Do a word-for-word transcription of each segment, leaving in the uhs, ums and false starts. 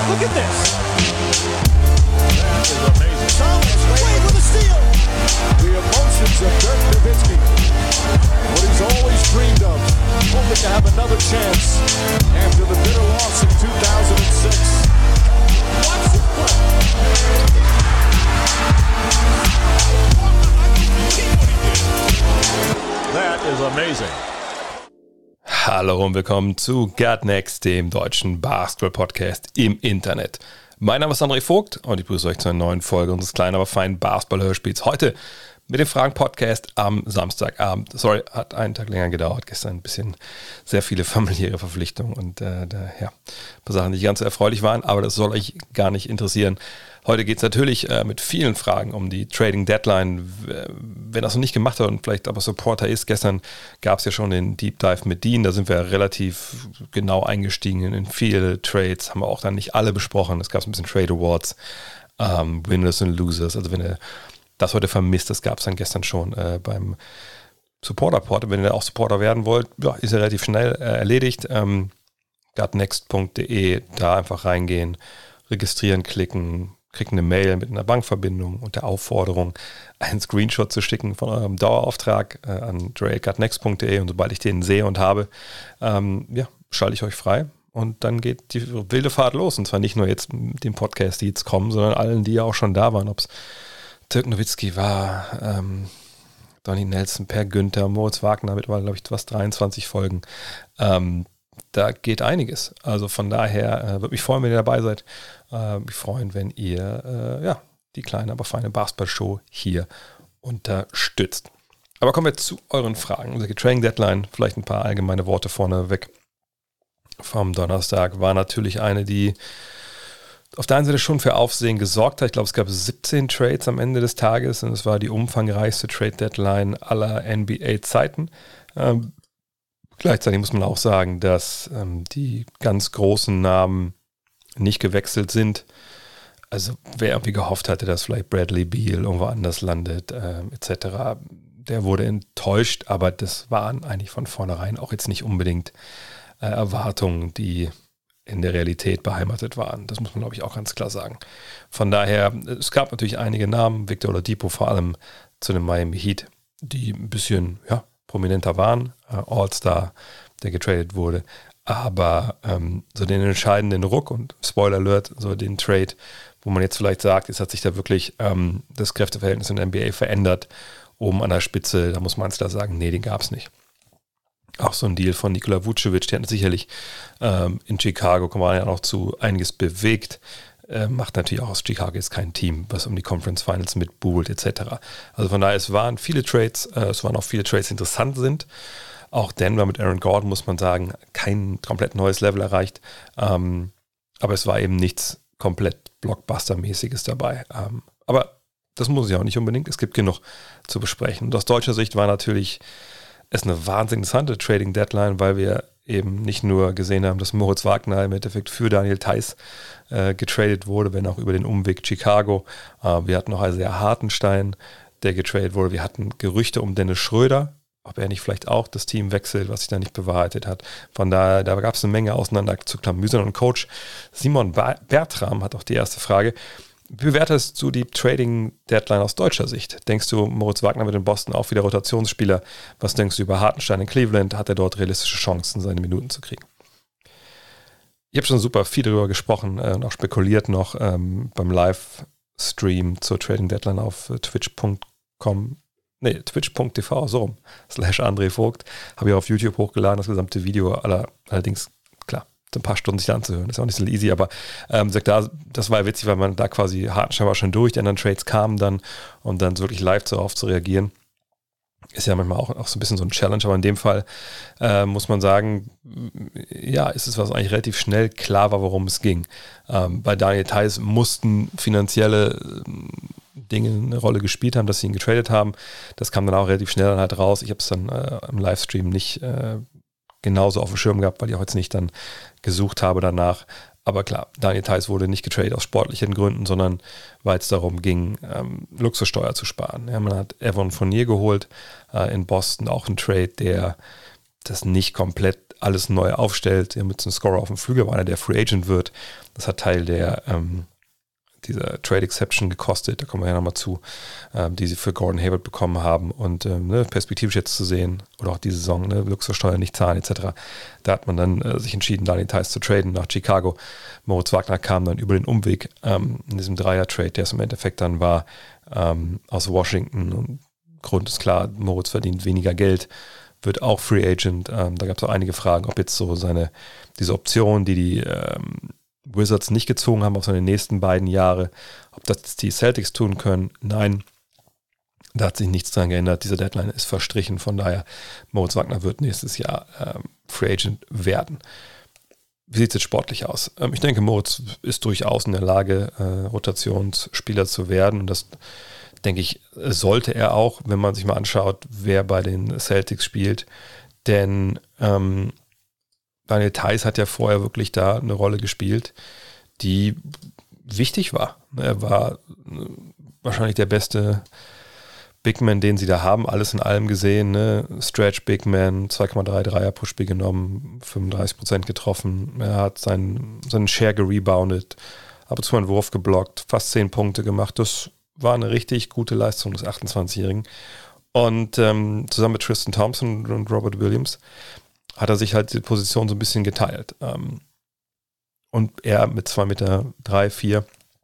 Look at this. That is amazing. Thomas Wade with a steal. The emotions of Dirk Nowitzki. What he's always dreamed of. Hoping to have another chance after the bitter loss in two thousand six. Watch this play. That is amazing. Hallo und willkommen zu Got Next, dem deutschen Basketball-Podcast im Internet. Mein Name ist André Vogt und ich begrüße euch zu einer neuen Folge unseres kleinen, aber feinen Basketball-Hörspiels. Heute mit dem Fragen-Podcast am Samstagabend. Sorry, hat einen Tag länger gedauert. Gestern ein bisschen sehr viele familiäre Verpflichtungen und äh, da, ja, ein paar Sachen, die nicht ganz so erfreulich waren, aber das soll euch gar nicht interessieren. Heute geht es natürlich äh, mit vielen Fragen um die Trading Deadline. Wenn das noch nicht gemacht hat und vielleicht aber Supporter ist, gestern gab es ja schon den Deep Dive mit Dean, da sind wir relativ genau eingestiegen in viele Trades, haben wir auch dann nicht alle besprochen. Es gab ein bisschen Trade Awards, ähm, Winners und Losers. Also wenn ihr das heute vermisst, das gab es dann gestern schon äh, beim Supporter-Port. Wenn ihr auch Supporter werden wollt, ja, ist ja relativ schnell äh, erledigt. Ähm, got next punkt de, da einfach reingehen, registrieren, klicken, kriegt eine Mail mit einer Bankverbindung und der Aufforderung, einen Screenshot zu schicken von eurem Dauerauftrag äh, an dre at got next punkt de, und sobald ich den sehe und habe, ähm, ja, schalte ich euch frei und dann geht die wilde Fahrt los, und zwar nicht nur jetzt mit dem Podcast, die jetzt kommen, sondern allen, die ja auch schon da waren, ob es Dirk Nowitzki war, ähm, Donnie Nelson, Per Günther, Moritz Wagner, mittlerweile glaube ich fast dreiundzwanzig Folgen. Ähm, da geht einiges. Also von daher äh, würde mich freuen, wenn ihr dabei seid. Äh, mich freuen, wenn ihr äh, ja, die kleine, aber feine Basketball-Show hier unterstützt. Aber kommen wir zu euren Fragen. Unsere Trading Deadline, vielleicht ein paar allgemeine Worte vorneweg vom Donnerstag, war natürlich eine, die auf der einen Seite schon für Aufsehen gesorgt hat. Ich glaube, es gab siebzehn Trades am Ende des Tages und es war die umfangreichste Trade-Deadline aller N B A-Zeiten. Ähm, gleichzeitig muss man auch sagen, dass ähm, die ganz großen Namen nicht gewechselt sind. Also wer irgendwie gehofft hatte, dass vielleicht Bradley Beal irgendwo anders landet, äh, et cetera, der wurde enttäuscht, aber das waren eigentlich von vornherein auch jetzt nicht unbedingt äh, Erwartungen, die in der Realität beheimatet waren. Das muss man, glaube ich, auch ganz klar sagen. Von daher, es gab natürlich einige Namen, Victor Oladipo vor allem zu den Miami Heat, die ein bisschen ja, prominenter waren. Äh, All-Star, der getradet wurde. Aber ähm, so den entscheidenden Ruck und Spoiler Alert, so den Trade, wo man jetzt vielleicht sagt, es hat sich da wirklich ähm, das Kräfteverhältnis in der N B A verändert, oben an der Spitze, da muss man ganz klar sagen, nee, den gab es nicht. Auch so ein Deal von Nikola Vucevic, der hat sicherlich ähm, in Chicago, kommen wir ja noch zu, einiges bewegt. Äh, macht natürlich auch aus Chicago jetzt kein Team, was um die Conference Finals mitbuhlt et cetera. Also von daher, es waren viele Trades, äh, es waren auch viele Trades, die interessant sind. Auch Denver mit Aaron Gordon, muss man sagen, kein komplett neues Level erreicht. Ähm, aber es war eben nichts komplett Blockbuster-mäßiges dabei. Ähm, aber das muss ich auch nicht unbedingt. Es gibt genug zu besprechen. Und aus deutscher Sicht war natürlich es eine wahnsinnig interessante Trading Deadline, weil wir eben nicht nur gesehen haben, dass Moritz Wagner im Endeffekt für Daniel Theis äh, getradet wurde, wenn auch über den Umweg Chicago. Äh, wir hatten noch Isaiah Hartenstein, der getradet wurde. Wir hatten Gerüchte um Dennis Schröder, ob er nicht vielleicht auch das Team wechselt, was sich da nicht bewahrheitet hat. Von daher, da gab es eine Menge auseinander zu klamüsern. Und Coach Simon Bertram hat auch die erste Frage: Wie bewertest du die Trading-Deadline aus deutscher Sicht? Denkst du, Moritz Wagner wird in Boston auch wieder Rotationsspieler? Was denkst du über Hartenstein in Cleveland? Hat er dort realistische Chancen, seine Minuten zu kriegen? Ich habe schon super viel darüber gesprochen äh, und auch spekuliert noch ähm, beim Livestream zur Trading-Deadline auf äh, twitch punkt com, nee, twitch punkt t v, so rum, slash André Vogt. Habe ich auf YouTube hochgeladen, das gesamte Video, aller, allerdings, klar, ein paar Stunden sich da anzuhören. Das ist auch nicht so easy, aber ähm, sagt da, das war witzig, weil man da quasi Hartenstein war schon durch, die anderen Trades kamen dann und dann so wirklich live so auf zu reagieren. Ist ja manchmal auch, auch so ein bisschen so ein Challenge, aber in dem Fall äh, muss man sagen, ja, ist es was eigentlich relativ schnell klar war, worum es ging. Ähm, bei Daniel Theis mussten finanzielle Dinge eine Rolle gespielt haben, dass sie ihn getradet haben. Das kam dann auch relativ schnell dann halt raus. Ich habe es dann äh, im Livestream nicht äh, genauso auf dem Schirm gehabt, weil ich auch jetzt nicht dann gesucht habe danach. Aber klar, Daniel Theis wurde nicht getradet aus sportlichen Gründen, sondern weil es darum ging, ähm, Luxussteuer zu sparen. Ja, man hat Evan Fournier geholt äh, in Boston, auch ein Trade, der das nicht komplett alles neu aufstellt, mit so einem Scorer auf dem Flügel, weil er der Free Agent wird. Das hat Teil der ähm, dieser Trade Exception gekostet, da kommen wir ja nochmal zu, ähm, die sie für Gordon Hayward bekommen haben und ähm, ne, perspektivisch jetzt zu sehen oder auch die Saison, ne, Luxussteuer nicht zahlen et cetera. Da hat man dann äh, sich entschieden, Daniel Theis zu traden nach Chicago. Moritz Wagner kam dann über den Umweg ähm, in diesem Dreier-Trade, der es im Endeffekt dann war, ähm, aus Washington. Und Grund ist klar, Moritz verdient weniger Geld, wird auch Free Agent. Ähm, da gab es auch einige Fragen, ob jetzt so seine, diese Option, die die ähm, Wizards nicht gezogen haben auf seine nächsten beiden Jahre, ob das die Celtics tun können. Nein, da hat sich nichts dran geändert. Diese Deadline ist verstrichen. Von daher, Moritz Wagner wird nächstes Jahr ähm, Free Agent werden. Wie sieht es jetzt sportlich aus? Ähm, ich denke, Moritz ist durchaus in der Lage, äh, Rotationsspieler zu werden. Und das, denke ich, sollte er auch, wenn man sich mal anschaut, wer bei den Celtics spielt. Denn ähm, Daniel Theis hat ja vorher wirklich da eine Rolle gespielt, die wichtig war. Er war wahrscheinlich der beste Big Man, den sie da haben, alles in allem gesehen. Ne? Stretch Big Man, zwei Komma drei Dreier pro Spiel genommen, fünfunddreißig Prozent getroffen. Er hat seinen, seinen Share gereboundet, ab und zu einen Wurf geblockt, fast zehn Punkte gemacht. Das war eine richtig gute Leistung des achtundzwanzigjährigen. Und ähm, zusammen mit Tristan Thompson und Robert Williams hat er sich halt die Position so ein bisschen geteilt. Ähm, und er mit zwei Meter drei, vier,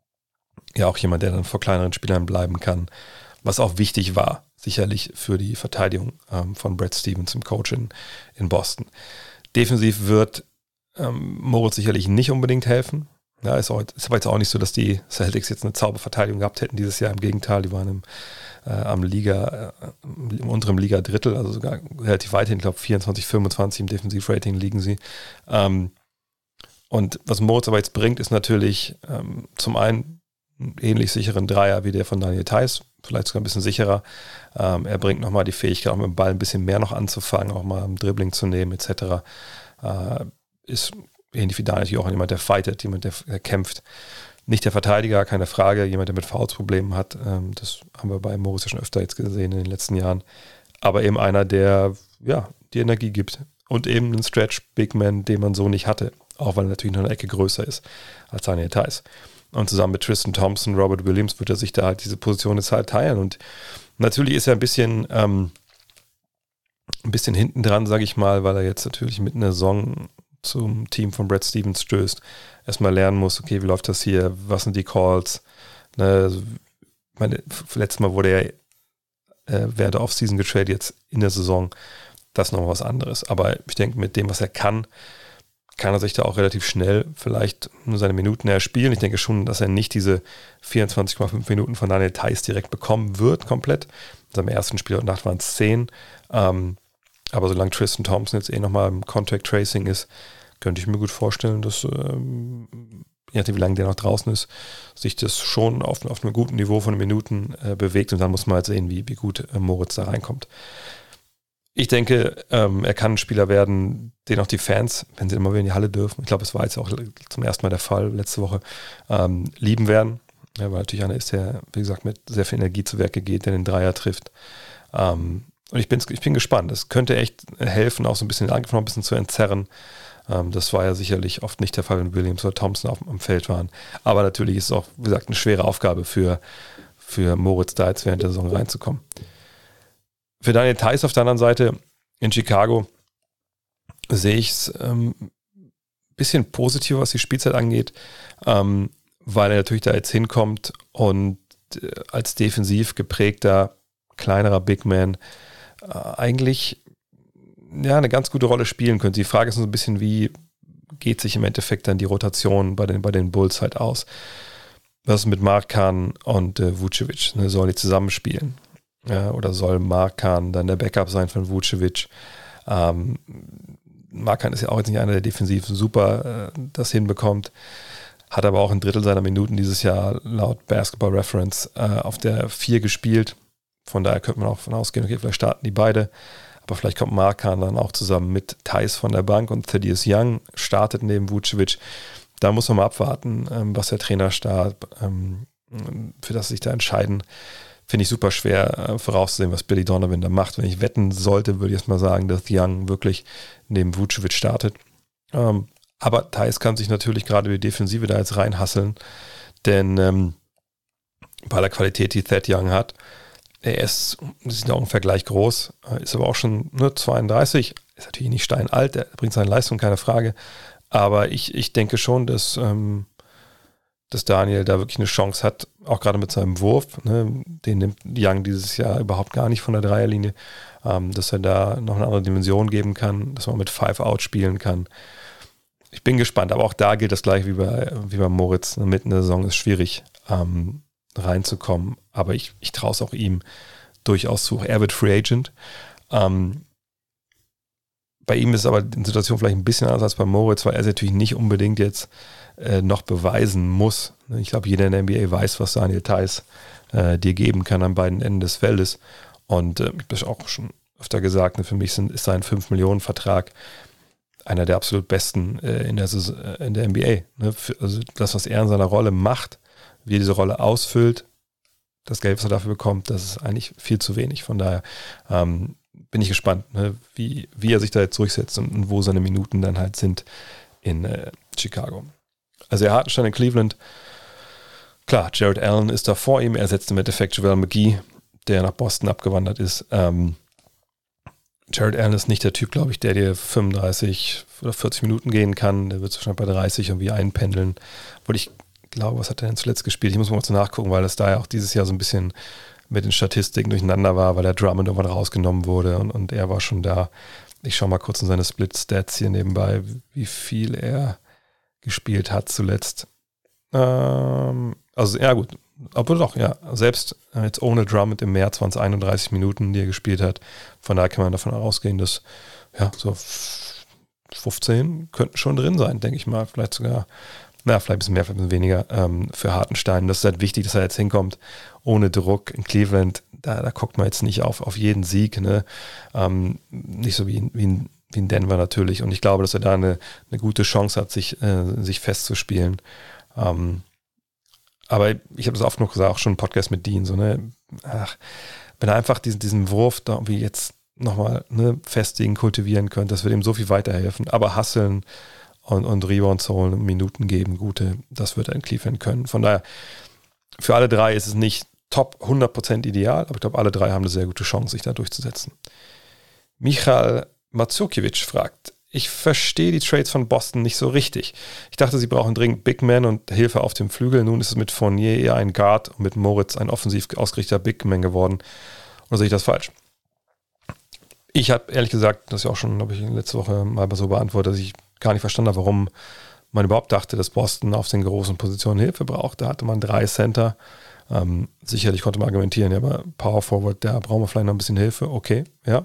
ja auch jemand, der dann vor kleineren Spielern bleiben kann, was auch wichtig war, sicherlich für die Verteidigung ähm, von Brad Stevens, dem Coach in, in Boston. Defensiv wird ähm, Moritz sicherlich nicht unbedingt helfen. Ja, ist, auch, ist aber jetzt auch nicht so, dass die Celtics jetzt eine Zauberverteidigung gehabt hätten dieses Jahr. Im Gegenteil, die waren im, äh, am Liga, äh, im unteren Liga-Drittel, also sogar relativ weit hin, ich glaube vierundzwanzig, fünfundzwanzig im Defensivrating liegen sie. Ähm, und was Moritz aber jetzt bringt, ist natürlich ähm, zum einen einen ähnlich sicheren Dreier wie der von Daniel Theis, vielleicht sogar ein bisschen sicherer. Ähm, er bringt nochmal die Fähigkeit, auch mit dem Ball ein bisschen mehr noch anzufangen, auch mal im Dribbling zu nehmen et cetera. Äh, ist ähnlich wie Daniel auch jemand, der fightet, jemand, der, der kämpft. Nicht der Verteidiger, keine Frage, jemand, der mit Fouls-Problemen hat. Ähm, das haben wir bei Moritz ja schon öfter jetzt gesehen in den letzten Jahren. Aber eben einer, der ja die Energie gibt. Und eben ein Stretch-Big-Man, den man so nicht hatte. Auch weil er natürlich noch eine Ecke größer ist als Daniel Theis. Und zusammen mit Tristan Thompson, Robert Williams wird er sich da halt diese Position jetzt halt teilen. Und natürlich ist er ein bisschen, ähm, ein bisschen hinten dran, sage ich mal, weil er jetzt natürlich mit einer Saison zum Team von Brad Stevens stößt, erstmal lernen muss, okay, wie läuft das hier, was sind die Calls, ne, also, meine, letztes Mal wurde er äh, während der Offseason getradet, jetzt in der Saison, das ist noch was anderes, aber ich denke, mit dem, was er kann, kann er sich da auch relativ schnell vielleicht nur seine Minuten erspielen. Ich denke schon, dass er nicht diese vierundzwanzig Komma fünf Minuten von Daniel Theis direkt bekommen wird, komplett. In seinem ersten Spiel heute Nacht waren es zehn, ähm, aber solange Tristan Thompson jetzt eh nochmal im Contact Tracing ist, könnte ich mir gut vorstellen, dass, ähm, je nachdem wie lange der noch draußen ist, sich das schon auf, auf einem guten Niveau von Minuten äh, bewegt und dann muss man halt sehen, wie, wie gut äh, Moritz da reinkommt. Ich denke, ähm, er kann ein Spieler werden, den auch die Fans, wenn sie immer wieder in die Halle dürfen, ich glaube, es war jetzt auch zum ersten Mal der Fall letzte Woche, ähm, lieben werden, ja, weil natürlich einer ist, der, wie gesagt, mit sehr viel Energie zu Werke geht, der den Dreier trifft. Ähm, Und ich bin, ich bin gespannt. Es könnte echt helfen, auch so ein bisschen den Angriff noch ein bisschen zu entzerren. Ähm, das war ja sicherlich oft nicht der Fall, wenn Williams oder Thompson auf, am Feld waren. Aber natürlich ist es auch, wie gesagt, eine schwere Aufgabe für, für Moritz, da jetzt während der Saison reinzukommen. Für Daniel Theis auf der anderen Seite in Chicago sehe ich es ein ähm, bisschen positiver, was die Spielzeit angeht, ähm, weil er natürlich da jetzt hinkommt und äh, als defensiv geprägter, kleinerer Big Man eigentlich ja, eine ganz gute Rolle spielen könnte. Die Frage ist so ein bisschen, wie geht sich im Endeffekt dann die Rotation bei den, bei den Bulls halt aus? Was ist mit Markan und äh, Vucevic? Ne, sollen die zusammenspielen? Ja, oder soll Markan dann der Backup sein von Vucevic? Ähm, Markan ist ja auch jetzt nicht einer, der defensiv super äh, das hinbekommt, hat aber auch ein Drittel seiner Minuten dieses Jahr laut Basketball Reference äh, auf der vier gespielt. Von daher könnte man auch davon ausgehen, okay, vielleicht starten die beide, aber vielleicht kommt Markan dann auch zusammen mit Theis von der Bank und Thaddeus Young startet neben Vucevic. Da muss man mal abwarten, ähm, was der Trainerstab, ähm, für das sich da entscheiden, finde ich super schwer äh, vorauszusehen, was Billy Donovan da macht. Wenn ich wetten sollte, würde ich erst mal sagen, dass Young wirklich neben Vucevic startet. Ähm, aber Theis kann sich natürlich gerade die Defensive da jetzt reinhasseln, denn ähm, bei der Qualität, die Thad Young hat, er ist, ist ja ungefähr gleich groß, ist aber auch schon nur zweiunddreißig, ist natürlich nicht steinalt, er bringt seine Leistung, keine Frage, aber ich, ich denke schon, dass, ähm, dass Daniel da wirklich eine Chance hat, auch gerade mit seinem Wurf, ne, den nimmt Young dieses Jahr überhaupt gar nicht von der Dreierlinie, ähm, dass er da noch eine andere Dimension geben kann, dass man mit Five-Out spielen kann. Ich bin gespannt, aber auch da gilt das gleich wie bei, wie bei Moritz, mitten in der Saison ist schwierig, ähm, reinzukommen, aber ich, ich traue es auch ihm durchaus zu. Er wird Free Agent. Ähm, bei ihm ist aber die Situation vielleicht ein bisschen anders als bei Moritz, weil er es natürlich nicht unbedingt jetzt äh, noch beweisen muss. Ich glaube, jeder in der N B A weiß, was Daniel Theis äh, dir geben kann an beiden Enden des Feldes. Und äh, ich habe auch schon öfter gesagt, ne, für mich sind, ist sein fünf Millionen Vertrag einer der absolut besten äh, in, der, äh, in der N B A. Ne? Für, also das, was er in seiner Rolle macht, wie er diese Rolle ausfüllt, das Geld, was er dafür bekommt, das ist eigentlich viel zu wenig. Von daher ähm, bin ich gespannt, ne, wie, wie er sich da jetzt durchsetzt und, und wo seine Minuten dann halt sind in äh, Chicago. Also er Hartenstein in Cleveland, klar, Jared Allen ist da vor ihm, er setzt im Endeffekt JaVale McGee, der nach Boston abgewandert ist. Ähm, Jared Allen ist nicht der Typ, glaube ich, der dir fünfunddreißig oder vierzig Minuten gehen kann, der wird wahrscheinlich bei dreißig irgendwie einpendeln, weil ich glaube, was hat er denn zuletzt gespielt? Ich muss mal kurz nachgucken, weil das da ja auch dieses Jahr so ein bisschen mit den Statistiken durcheinander war, weil der Drummond irgendwann rausgenommen wurde und, und er war schon da. Ich schaue mal kurz in seine Split-Stats hier nebenbei, wie viel er gespielt hat zuletzt. Ähm, also, ja gut, aber doch, ja, selbst jetzt ohne Drummond im März waren es einunddreißig Minuten, die er gespielt hat. Von daher kann man davon ausgehen, dass ja, so fünfzehn könnten schon drin sein, denke ich mal, vielleicht sogar. Na, vielleicht ein bisschen mehr, vielleicht ein bisschen weniger ähm, für Hartenstein. Das ist halt wichtig, dass er jetzt hinkommt, ohne Druck in Cleveland. Da, da guckt man jetzt nicht auf, auf jeden Sieg, ne? Ähm, nicht so wie in, wie, in, wie in Denver natürlich. Und ich glaube, dass er da eine, eine gute Chance hat, sich, äh, sich festzuspielen. Ähm, aber ich habe das oft noch gesagt, auch schon im Podcast mit Dean, so, ne? Ach, wenn er einfach diesen, diesen Wurf da irgendwie jetzt nochmal ne, festigen, kultivieren könnte, das würde ihm so viel weiterhelfen. Aber Hustlen und, und Rebounds holen, Minuten geben, gute, das wird er in Cleveland können. Von daher, für alle drei ist es nicht top hundert Prozent ideal, aber ich glaube, alle drei haben eine sehr gute Chance, sich da durchzusetzen. Michal Mazukiewicz fragt, ich verstehe die Trades von Boston nicht so richtig. Ich dachte, sie brauchen dringend Big Man und Hilfe auf dem Flügel. Nun ist es mit Fournier eher ein Guard und mit Moritz ein offensiv ausgerichteter Big Man geworden. Oder sehe ich das falsch? Ich habe ehrlich gesagt, das ist ja auch schon, glaube ich, letzte Woche mal so beantwortet, dass ich gar nicht verstanden habe, warum man überhaupt dachte, dass Boston auf den großen Positionen Hilfe braucht. Da hatte man drei Center. Ähm, sicherlich konnte man argumentieren, ja, aber Power Forward, da brauchen wir vielleicht noch ein bisschen Hilfe. Okay, ja.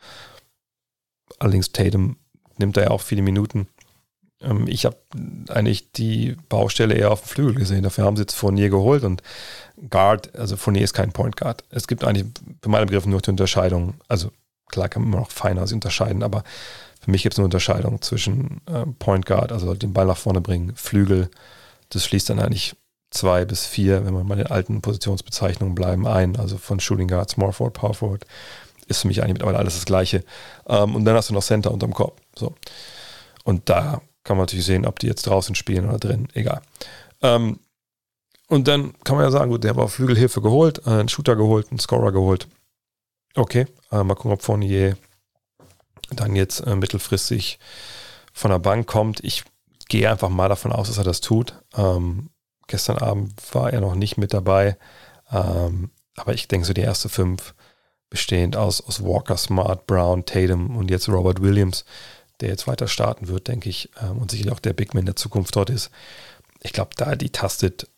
Allerdings Tatum nimmt da ja auch viele Minuten. Ähm, ich habe eigentlich die Baustelle eher auf dem Flügel gesehen. Dafür haben sie jetzt Fournier geholt und Guard, also Fournier ist kein Point Guard. Es gibt eigentlich für meine Begriffe nur die Unterscheidung, also klar kann man immer noch feiner unterscheiden, aber für mich gibt es eine Unterscheidung zwischen äh, Point Guard, also den Ball nach vorne bringen, Flügel, das schließt dann eigentlich zwei bis vier, wenn man bei den alten Positionsbezeichnungen bleiben, ein, also von Shooting Guard, Small Forward, Power Forward, ist für mich eigentlich mittlerweile alles das Gleiche. Ähm, und dann hast du noch Center unterm Korb. So. Und da kann man natürlich sehen, ob die jetzt draußen spielen oder drin, egal. Ähm, und dann kann man ja sagen, gut, der hat auf Flügelhilfe geholt, äh, einen Shooter geholt, einen Scorer geholt. Okay, äh, mal gucken, ob Fournier dann jetzt äh, mittelfristig von der Bank kommt. Ich gehe einfach mal davon aus, dass er das tut. Ähm, gestern Abend war er noch nicht mit dabei, ähm, aber ich denke so die erste fünf bestehend aus, aus Walker, Smart, Brown, Tatum und jetzt Robert Williams, der jetzt weiter starten wird, denke ich, ähm, und sicherlich auch der Big Man der Zukunft dort ist. Ich glaube, da die tastet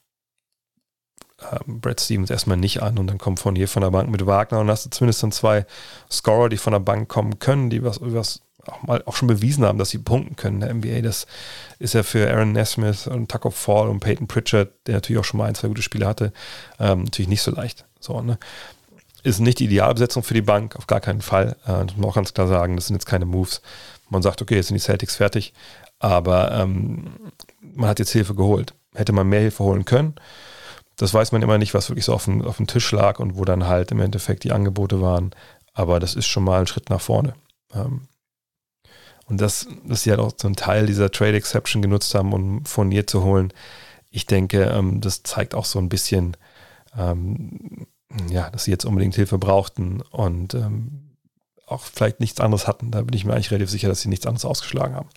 ähm, Brad Stevens erstmal nicht an und dann kommt von hier von der Bank mit Wagner und hast du zumindest dann zwei Scorer, die von der Bank kommen können, die was, was auch mal auch schon bewiesen haben, dass sie punkten können in der N B A. Das ist ja für Aaron Nesmith und Taco Fall und Peyton Pritchard, der natürlich auch schon mal ein, zwei gute Spiele hatte, ähm, natürlich nicht so leicht. So, ne? Ist nicht die Idealbesetzung für die Bank, auf gar keinen Fall. Äh, das muss man auch ganz klar sagen, das sind jetzt keine Moves. Man sagt, okay, jetzt sind die Celtics fertig, aber ähm, man hat jetzt Hilfe geholt. Hätte man mehr Hilfe holen können, das weiß man immer nicht, was wirklich so auf dem, auf dem Tisch lag und wo dann halt im Endeffekt die Angebote waren. Aber das ist schon mal ein Schritt nach vorne. Ähm, und das, dass sie halt auch so einen Teil dieser Trade Exception genutzt haben, um Fournier zu holen, ich denke, ähm, das zeigt auch so ein bisschen, ähm, ja, dass sie jetzt unbedingt Hilfe brauchten und ähm, auch vielleicht nichts anderes hatten. Da bin ich mir eigentlich relativ sicher, dass sie nichts anderes ausgeschlagen haben.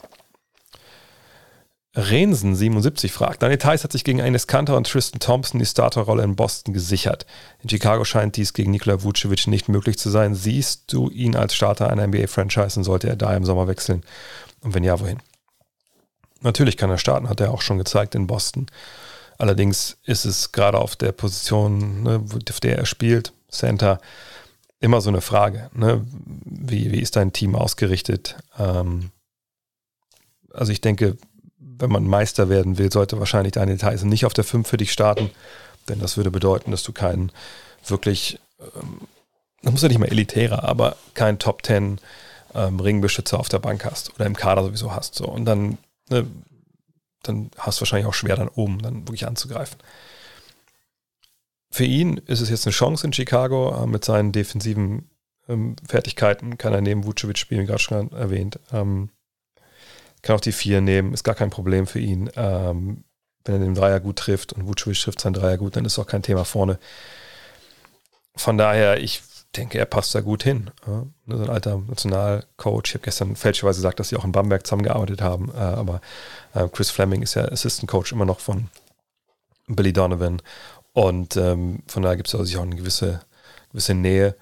Rensen siebenundsiebzig fragt, Daniel Theis hat sich gegen Enes Kanter und Tristan Thompson die Starterrolle in Boston gesichert. In Chicago scheint dies gegen Nikola Vucevic nicht möglich zu sein. Siehst du ihn als Starter einer N B A-Franchise und sollte er da im Sommer wechseln? Und wenn ja, wohin? Natürlich kann er starten, hat er auch schon gezeigt in Boston. Allerdings ist es gerade auf der Position, ne, auf der er spielt, Center, immer so eine Frage. Ne? Wie, wie ist dein Team ausgerichtet? Ähm, also ich denke, wenn man Meister werden will, sollte wahrscheinlich Daniel Theis nicht auf der fünf für dich starten, denn das würde bedeuten, dass du keinen wirklich, ähm, das muss ja nicht mal elitärer, aber keinen Top zehn ähm, Ringbeschützer auf der Bank hast oder im Kader sowieso hast. So. Und dann, ne, dann hast du wahrscheinlich auch schwer dann oben dann wirklich anzugreifen. Für ihn ist es jetzt eine Chance in Chicago, äh, mit seinen defensiven ähm, Fertigkeiten kann er neben Vucevic spielen, wie gerade schon erwähnt. Ähm, Kann auch die vier nehmen, ist gar kein Problem für ihn. Ähm, wenn er den Dreier gut trifft und Vucevic trifft seinen Dreier gut, dann ist auch kein Thema vorne. Von daher, ich denke, er passt da gut hin. Ja? So ein alter Nationalcoach. Ich habe gestern fälschlicherweise gesagt, dass sie auch in Bamberg zusammengearbeitet haben, äh, aber äh, Chris Fleming ist ja Assistant Coach immer noch von Billy Donovan und ähm, von daher gibt es also auch eine gewisse, gewisse Nähe.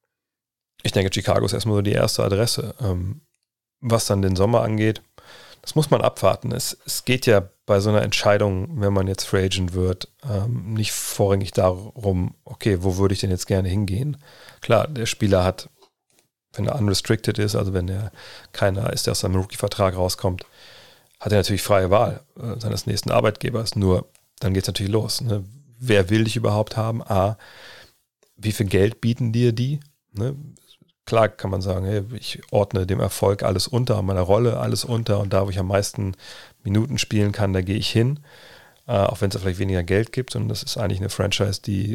Ich denke, Chicago ist erstmal so die erste Adresse. Ähm, was dann den Sommer angeht, das muss man abwarten. Es, es geht ja bei so einer Entscheidung, wenn man jetzt Free Agent wird, ähm, nicht vorrangig darum, okay, wo würde ich denn jetzt gerne hingehen? Klar, der Spieler hat, wenn er unrestricted ist, also wenn er keiner ist, der aus seinem Rookie-Vertrag rauskommt, hat er natürlich freie Wahl äh, seines nächsten Arbeitgebers. Nur, dann geht es natürlich los. Ne? Wer will dich überhaupt haben? A, wie viel Geld bieten dir die? Ne? Klar kann man sagen, hey, ich ordne dem Erfolg alles unter, meiner Rolle alles unter und da, wo ich am meisten Minuten spielen kann, da gehe ich hin, äh, auch wenn es vielleicht weniger Geld gibt und das ist eigentlich eine Franchise, die,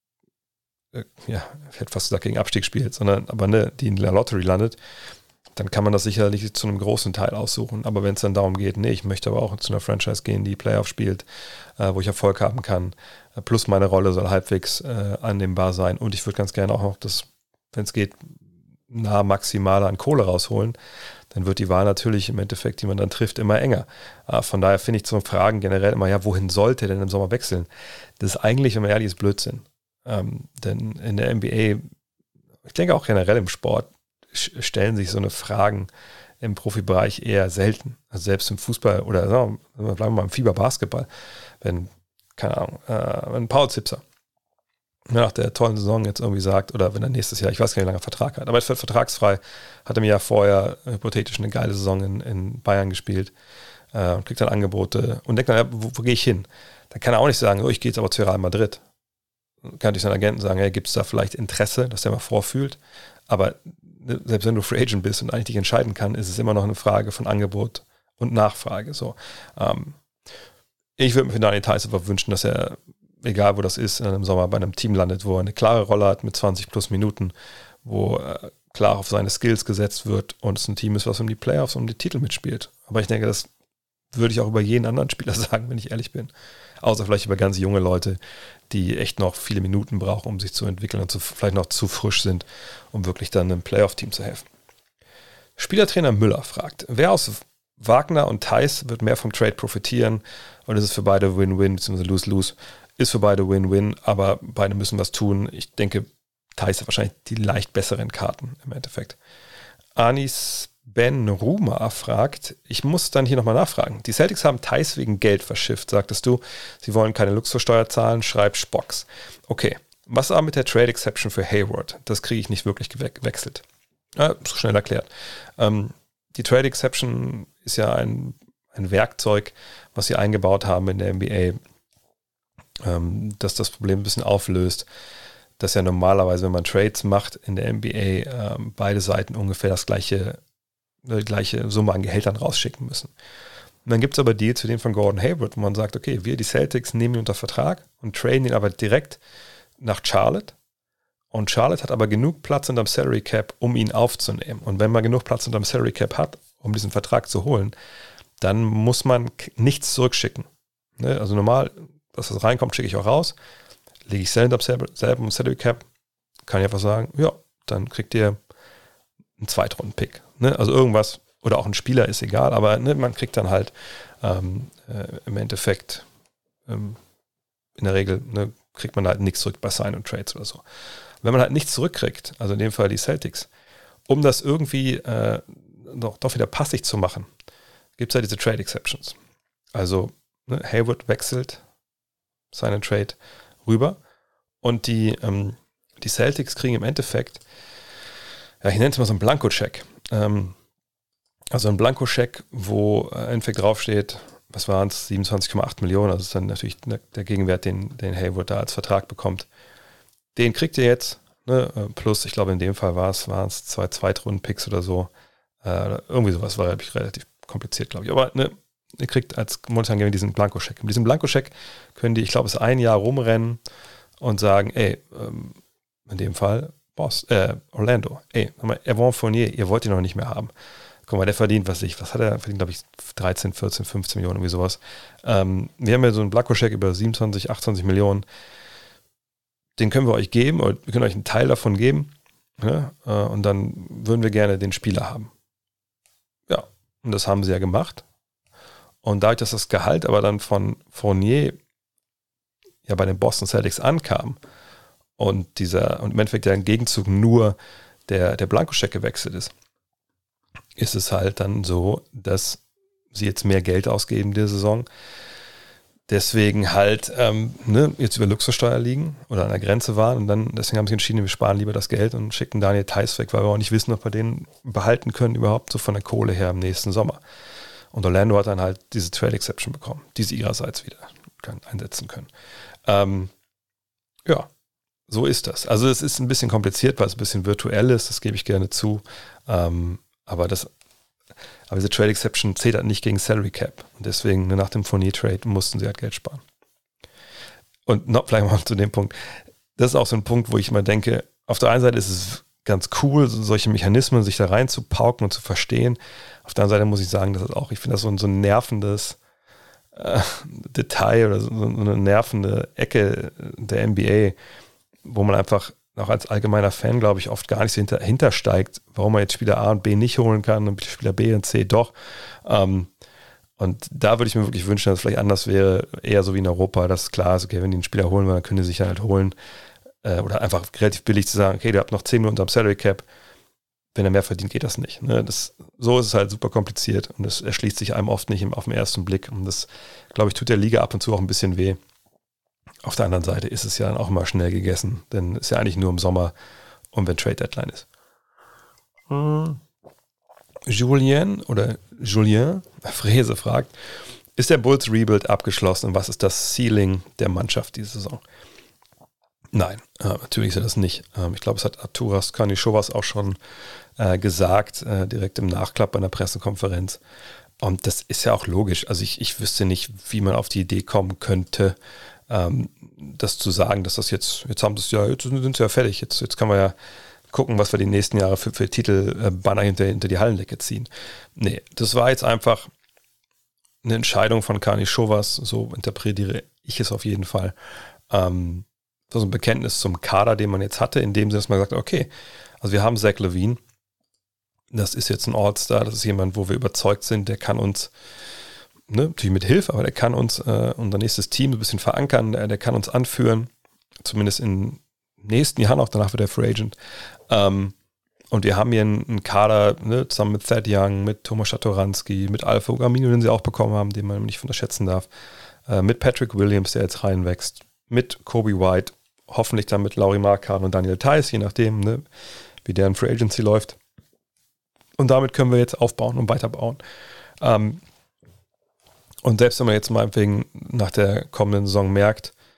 äh, ja, ich hätte fast gesagt, gegen Abstieg spielt, sondern aber ne, die in der Lottery landet, dann kann man das sicherlich zu einem großen Teil aussuchen. Aber wenn es dann darum geht, nee, ich möchte aber auch zu einer Franchise gehen, die Playoff spielt, äh, wo ich Erfolg haben kann, äh, plus meine Rolle soll halbwegs äh, annehmbar sein und ich würde ganz gerne auch noch das, wenn es geht, nah maximal an Kohle rausholen, dann wird die Wahl natürlich im Endeffekt, die man dann trifft, immer enger. Äh, von daher finde ich so Fragen generell immer, ja, wohin sollte er denn im Sommer wechseln? Das ist eigentlich, wenn man ehrlich ist, Blödsinn. Ähm, denn in der N B A, ich denke auch generell im Sport, stellen sich so eine Fragen im Profibereich eher selten. Also selbst im Fußball oder sagen wir, bleiben wir mal im Fieberbasketball, wenn, keine Ahnung, äh, wenn Paul Zipser nach der tollen Saison jetzt irgendwie sagt, oder wenn er nächstes Jahr, ich weiß gar nicht, wie lange er Vertrag hat, aber er wird vertragsfrei, hat er mir ja vorher hypothetisch eine geile Saison in, in Bayern gespielt äh, und kriegt dann Angebote und denkt dann, ja, wo, wo gehe ich hin? Dann kann er auch nicht sagen, oh, ich gehe jetzt aber zu Real Madrid. Kann durch seinen Agenten sagen, hey, gibt es da vielleicht Interesse, dass der mal vorfühlt? Aber selbst wenn du Free Agent bist und eigentlich dich entscheiden kann, ist es immer noch eine Frage von Angebot und Nachfrage. So, ähm, ich würde mir für Daniel Theis einfach wünschen, dass er, egal wo das ist, in einem Sommer bei einem Team landet, wo er eine klare Rolle hat mit zwanzig plus Minuten, wo äh, klar auf seine Skills gesetzt wird und es ein Team ist, was um die Playoffs, um die Titel mitspielt. Aber ich denke, das würde ich auch über jeden anderen Spieler sagen, wenn ich ehrlich bin. Außer vielleicht über ganz junge Leute, die echt noch viele Minuten brauchen, um sich zu entwickeln und zu, vielleicht noch zu frisch sind, um wirklich dann einem Playoff-Team zu helfen. Spielertrainer Müller fragt, wer aus Wagner und Theis wird mehr vom Trade profitieren und ist es für beide Win-Win bzw. Lose-Lose? Ist für beide Win-Win, aber beide müssen was tun. Ich denke, Theis hat wahrscheinlich die leicht besseren Karten im Endeffekt. Anis Ben Ruma fragt, ich muss dann hier nochmal nachfragen. Die Celtics haben Theis wegen Geld verschifft, sagtest du. Sie wollen keine Luxussteuer zahlen, schreib Spocks. Okay, was aber mit der Trade Exception für Hayward? Das kriege ich nicht wirklich gewechselt. Ja, so schnell erklärt. Ähm, die Trade Exception ist ja ein, ein Werkzeug, was sie eingebaut haben in der N B A, ähm, das das Problem ein bisschen auflöst, dass ja normalerweise, wenn man Trades macht in der N B A, ähm, beide Seiten ungefähr das gleiche, die gleiche Summe an Gehältern rausschicken müssen. Und dann gibt es aber Deals für den von Gordon Hayward, wo man sagt, okay, wir, die Celtics, nehmen ihn unter Vertrag und traden ihn aber direkt nach Charlotte. Und Charlotte hat aber genug Platz unterm Salary Cap, um ihn aufzunehmen. Und wenn man genug Platz unterm Salary Cap hat, um diesen Vertrag zu holen, dann muss man k- nichts zurückschicken. Ne? Also normal, dass das reinkommt, schicke ich auch raus. Lege ich selber im Salary Cap, kann ich einfach sagen, ja, dann kriegt ihr einen Zweitrunden-Pick. Ne? Also irgendwas, oder auch ein Spieler, ist egal, aber ne, man kriegt dann halt ähm, äh, im Endeffekt ähm, in der Regel ne, kriegt man halt nichts zurück bei Sign und Trades oder so. Wenn man halt nichts zurückkriegt, also in dem Fall die Celtics, um das irgendwie äh, doch, doch wieder passig zu machen, gibt es ja diese Trade Exceptions. Also ne, Hayward wechselt Sign and Trade rüber und die, ähm, die Celtics kriegen im Endeffekt, ja, ich nenne es mal so einen Blanko-Check. Ähm, also ein Blanko-Check, wo im Endeffekt draufsteht, was waren es, siebenundzwanzig Komma acht Millionen, also ist dann natürlich der Gegenwert, den, den Hayward da als Vertrag bekommt. Den kriegt ihr jetzt, ne, plus, ich glaube in dem Fall war es, waren es zwei Zweitrunden-Picks oder so, äh, irgendwie sowas, war relativ, relativ kompliziert, glaube ich, aber ne, ihr kriegt als momentan diesen Blanko-Check. Mit diesem Blanko-Check können die, ich glaube, es ein Jahr rumrennen und sagen, ey, ähm, in dem Fall Boss, äh, Orlando, ey, Evan Fournier, ihr wollt ihn noch nicht mehr haben. Guck mal, der verdient, was ich, was hat er verdient, glaube ich, dreizehn, vierzehn, fünfzehn Millionen, irgendwie sowas. Ähm, wir haben ja so einen Blanko-Check über siebenundzwanzig, achtundzwanzig Millionen. Den können wir euch geben, oder wir können euch einen Teil davon geben, ja, äh, und dann würden wir gerne den Spieler haben. Ja, und das haben sie ja gemacht. Und dadurch, dass das Gehalt aber dann von Fournier ja bei den Boston Celtics ankam und dieser, und im Endeffekt ja im Gegenzug nur der, der Blankoscheck gewechselt ist, ist es halt dann so, dass sie jetzt mehr Geld ausgeben in der Saison. Deswegen halt ähm, ne, jetzt über Luxussteuer liegen oder an der Grenze waren und dann, deswegen haben sie entschieden, wir sparen lieber das Geld und schicken Daniel Theis weg, weil wir auch nicht wissen, ob wir den behalten können überhaupt so von der Kohle her im nächsten Sommer. Und Orlando hat dann halt diese Trade Exception bekommen, die sie ihrerseits wieder können, einsetzen können. Ähm, ja, so ist das. Also es ist ein bisschen kompliziert, weil es ein bisschen virtuell ist, das gebe ich gerne zu. Ähm, aber das, aber diese Trade Exception zählt halt nicht gegen Salary Cap. Und deswegen nach dem Fournier-Trade mussten sie halt Geld sparen. Und noch vielleicht mal zu dem Punkt. Das ist auch so ein Punkt, wo ich mal denke, auf der einen Seite ist es ganz cool, solche Mechanismen sich da reinzupauken und zu verstehen. Auf der anderen Seite muss ich sagen, das ist auch, ich finde das so ein, so ein nervendes äh, Detail oder so, so eine nervende Ecke der N B A, wo man einfach auch als allgemeiner Fan, glaube ich, oft gar nicht so hinter, hintersteigt, warum man jetzt Spieler A und B nicht holen kann und Spieler B und C doch. Ähm, und da würde ich mir wirklich wünschen, dass es vielleicht anders wäre, eher so wie in Europa, dass klar ist, okay, wenn die einen Spieler holen wollen, dann können die sich halt holen. Äh, oder einfach relativ billig zu sagen, okay, der hat noch zehn Minuten am Salary Cap, wenn er mehr verdient, geht das nicht. Ne? Das, so ist es halt super kompliziert und das erschließt sich einem oft nicht im, auf den ersten Blick. Und das, glaube ich, tut der Liga ab und zu auch ein bisschen weh. Auf der anderen Seite ist es ja dann auch immer schnell gegessen, denn es ist ja eigentlich nur im Sommer und wenn Trade Deadline ist. Hm. Julien oder Julien Frese fragt, ist der Bulls Rebuild abgeschlossen und was ist das Ceiling der Mannschaft diese Saison? Nein, äh, natürlich ist er das nicht. Ähm, ich glaube, es hat Arturas Karnisovas auch schon äh, gesagt, äh, direkt im Nachklapp bei einer Pressekonferenz. Und das ist ja auch logisch. Also ich, ich wüsste nicht, wie man auf die Idee kommen könnte, ähm, das zu sagen, dass das jetzt, jetzt haben sie es ja, jetzt sind sie ja fertig. Jetzt, jetzt können wir ja gucken, was wir die nächsten Jahre für, für Titelbanner hinter, hinter die Hallendecke ziehen. Nee, das war jetzt einfach eine Entscheidung von Karnisovas, so interpretiere ich es auf jeden Fall. Ähm, so ein Bekenntnis zum Kader, den man jetzt hatte, in dem Sinne, dass man gesagt hat, okay, also wir haben Zach LaVine, das ist jetzt ein All-Star, das ist jemand, wo wir überzeugt sind, der kann uns, ne, natürlich mit Hilfe, aber der kann uns äh, unser nächstes Team ein bisschen verankern, der, der kann uns anführen, zumindest im nächsten Jahr noch, danach wird er Free Agent. Ähm, und wir haben hier einen, einen Kader, ne, zusammen mit Thad Young, mit Tomas Satoranski, mit Alpha Ugamino, den sie auch bekommen haben, den man nicht unterschätzen darf, äh, mit Patrick Williams, der jetzt reinwächst, mit Kobe White, hoffentlich dann mit Lauri Markkanen und Daniel Theis, je nachdem, ne, wie deren Free Agency läuft. Und damit können wir jetzt aufbauen und weiterbauen. Ähm, und selbst wenn man jetzt mal wegen nach der kommenden Saison merkt,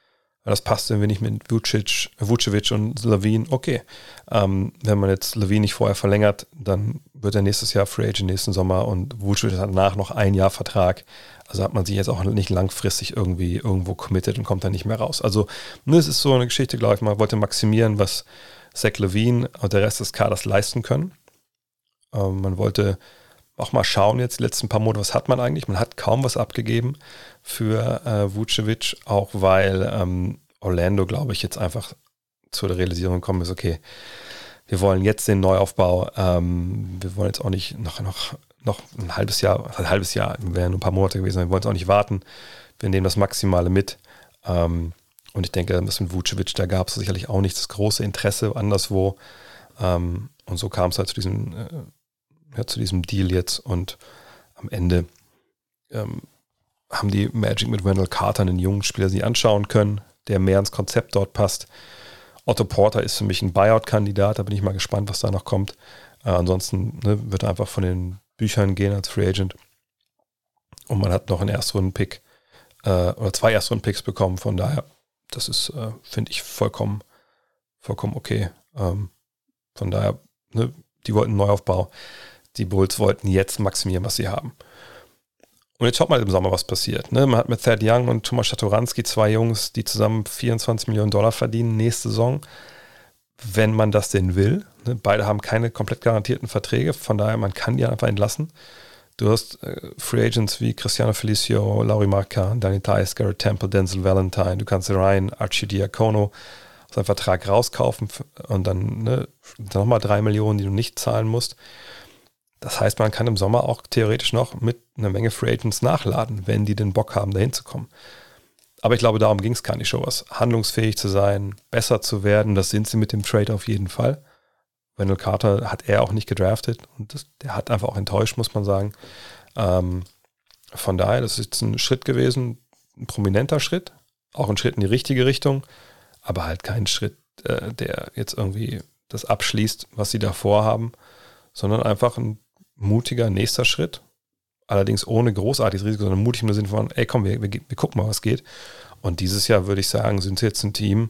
Das passt irgendwie nicht mit Vucic, Vucevic und LaVine. Okay, ähm, wenn man jetzt LaVine nicht vorher verlängert, dann wird er nächstes Jahr Free Agent nächsten Sommer und Vucevic hat danach noch ein Jahr Vertrag. Also hat man sich jetzt auch nicht langfristig irgendwie irgendwo committed und kommt dann nicht mehr raus. Also ne, es ist so eine Geschichte, glaube ich, man wollte maximieren, was Zach LaVine und der Rest des Kaders leisten können. Ähm, man wollte auch mal schauen jetzt die letzten paar Monate, was hat man eigentlich? Man hat kaum was abgegeben für äh, Vucevic, auch weil ähm, Orlando, glaube ich, jetzt einfach zu der Realisierung gekommen ist, okay, wir wollen jetzt den Neuaufbau, ähm, wir wollen jetzt auch nicht noch, noch, noch ein halbes Jahr, ein halbes Jahr, wären nur ein paar Monate gewesen, wir wollen jetzt auch nicht warten, wir nehmen das Maximale mit. Ähm, und ich denke, das mit Vucevic, da gab es sicherlich auch nicht das große Interesse anderswo. Ähm, und so kam es halt zu diesem äh, Ja, zu diesem Deal jetzt und am Ende ähm, haben die Magic mit Wendell Carter einen jungen Spieler sich anschauen können, der mehr ins Konzept dort passt. Otto Porter ist für mich ein Buyout-Kandidat, da bin ich mal gespannt, was da noch kommt. Äh, ansonsten ne, wird er einfach von den Büchern gehen als Free Agent und man hat noch einen Erstrunden-Pick äh, oder zwei Erstrunden-Picks bekommen, von daher, das ist, äh, finde ich, vollkommen, vollkommen okay. Ähm, von daher, ne, die wollten einen Neuaufbau. Die Bulls wollten jetzt maximieren, was sie haben. Und jetzt schaut mal im Sommer, was passiert. Ne? Man hat mit Thad Young und Tomas Satoranski zwei Jungs, die zusammen vierundzwanzig Millionen Dollar verdienen nächste Saison, wenn man das denn will. Ne? Beide haben keine komplett garantierten Verträge, von daher, man kann die einfach entlassen. Du hast äh, Free Agents wie Cristiano Felicio, Lauri Markkanen, Danny Theis, Garrett Temple, Denzel Valentine. Du kannst Ryan Arcidiacono aus einem Vertrag rauskaufen und dann, ne, dann nochmal drei Millionen, die du nicht zahlen musst. Das heißt, man kann im Sommer auch theoretisch noch mit einer Menge Free Agents nachladen, wenn die den Bock haben, dahin zu kommen. Aber ich glaube, darum ging es gar nicht, Shows. Handlungsfähig zu sein, besser zu werden, das sind sie mit dem Trade auf jeden Fall. Wendell Carter hat er auch nicht gedraftet und das, der hat einfach auch enttäuscht, muss man sagen. Ähm, von daher, das ist jetzt ein Schritt gewesen, ein prominenter Schritt, auch ein Schritt in die richtige Richtung, aber halt kein Schritt, äh, der jetzt irgendwie das abschließt, was sie davor haben, sondern einfach ein mutiger nächster Schritt, allerdings ohne großartiges Risiko, sondern mutig im Sinne von, ey komm, wir, wir, wir gucken mal, was geht. Und dieses Jahr würde ich sagen, sind sie jetzt ein Team,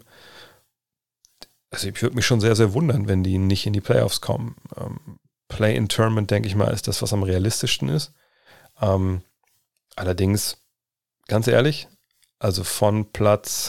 also ich würde mich schon sehr, sehr wundern, wenn die nicht in die Playoffs kommen. Ähm, Play-in-Tournament, denke ich mal, ist das, was am realistischsten ist. Ähm, allerdings, ganz ehrlich, also von Platz,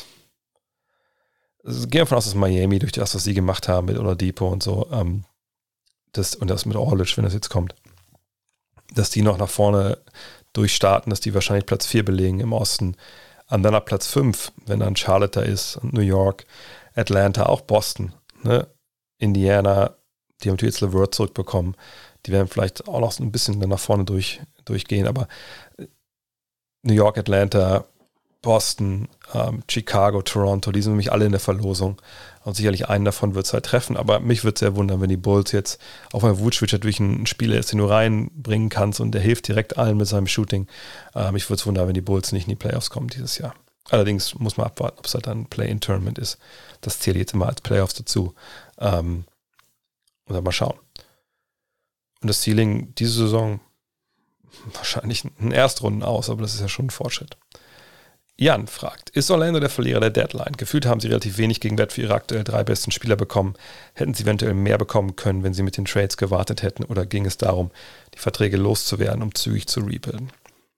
also gehen wir davon aus, dass Miami durch das, was sie gemacht haben mit Oladipo und so, ähm, das, und das mit Orlic, wenn das jetzt kommt, dass die noch nach vorne durchstarten, dass die wahrscheinlich Platz vier belegen im Osten. Und dann ab Platz fünf, wenn dann Charlotte da ist, und New York, Atlanta, auch Boston, ne? Indiana, die haben natürlich jetzt LeVert zurückbekommen, die werden vielleicht auch noch so ein bisschen nach vorne durch, durchgehen, aber New York, Atlanta, Boston, ähm, Chicago, Toronto, die sind nämlich alle in der Verlosung. Und sicherlich einen davon wird es halt treffen. Aber mich würde es sehr wundern, wenn die Bulls jetzt, auch wenn Vucevic natürlich ein Spieler ist, den du reinbringen kannst und der hilft direkt allen mit seinem Shooting. Äh, mich würde es wundern, wenn die Bulls nicht in die Playoffs kommen dieses Jahr. Allerdings muss man abwarten, ob es halt dann ein Play-in-Tournament ist. Das zählt jetzt immer als Playoffs dazu. Ähm, und dann mal schauen. Und das Ceiling diese Saison wahrscheinlich ein Erstrunden aus, aber das ist ja schon ein Fortschritt. Jan fragt, ist Orlando der Verlierer der Deadline? Gefühlt haben sie relativ wenig Gegenwert für ihre aktuell drei besten Spieler bekommen. Hätten sie eventuell mehr bekommen können, wenn sie mit den Trades gewartet hätten, oder ging es darum, die Verträge loszuwerden, um zügig zu rebuilden?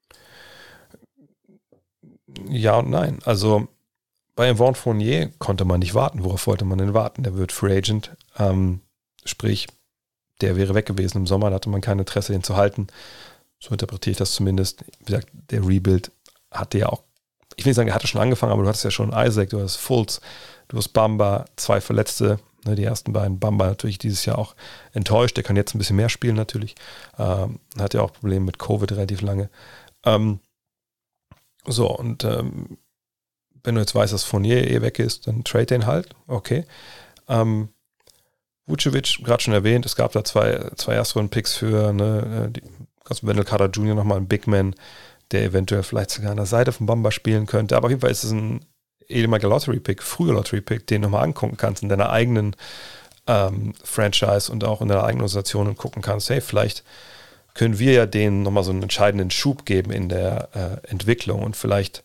Ja und nein. Also bei Yvonne Fournier konnte man nicht warten. Worauf wollte man denn warten? Der wird Free Agent. Ähm, sprich, der wäre weg gewesen im Sommer, da hatte man kein Interesse, ihn zu halten. So interpretiere ich das zumindest. Wie gesagt, der Rebuild hatte ja auch, ich will nicht sagen, er hatte schon angefangen, aber du hattest ja schon Isaac, du hast Fultz, du hast Bamba, zwei Verletzte, ne, die ersten beiden. Bamba natürlich dieses Jahr auch enttäuscht, der kann jetzt ein bisschen mehr spielen natürlich. Ähm, hat ja auch Probleme mit Covid relativ lange. Ähm, so, und ähm, wenn du jetzt weißt, dass Fournier eh weg ist, dann trade den halt, okay. Ähm, Vucevic, gerade schon erwähnt, es gab da zwei, zwei Erstrunden-Picks für, ne, die, also Wendell Carter Junior nochmal ein Big Man, der eventuell vielleicht sogar an der Seite von Bamba spielen könnte. Aber auf jeden Fall ist es ein ehemaliger Lottery-Pick, früher Lottery-Pick, den du nochmal angucken kannst in deiner eigenen ähm, Franchise und auch in deiner eigenen Organisation und gucken kannst, hey, vielleicht können wir ja denen nochmal so einen entscheidenden Schub geben in der äh, Entwicklung und vielleicht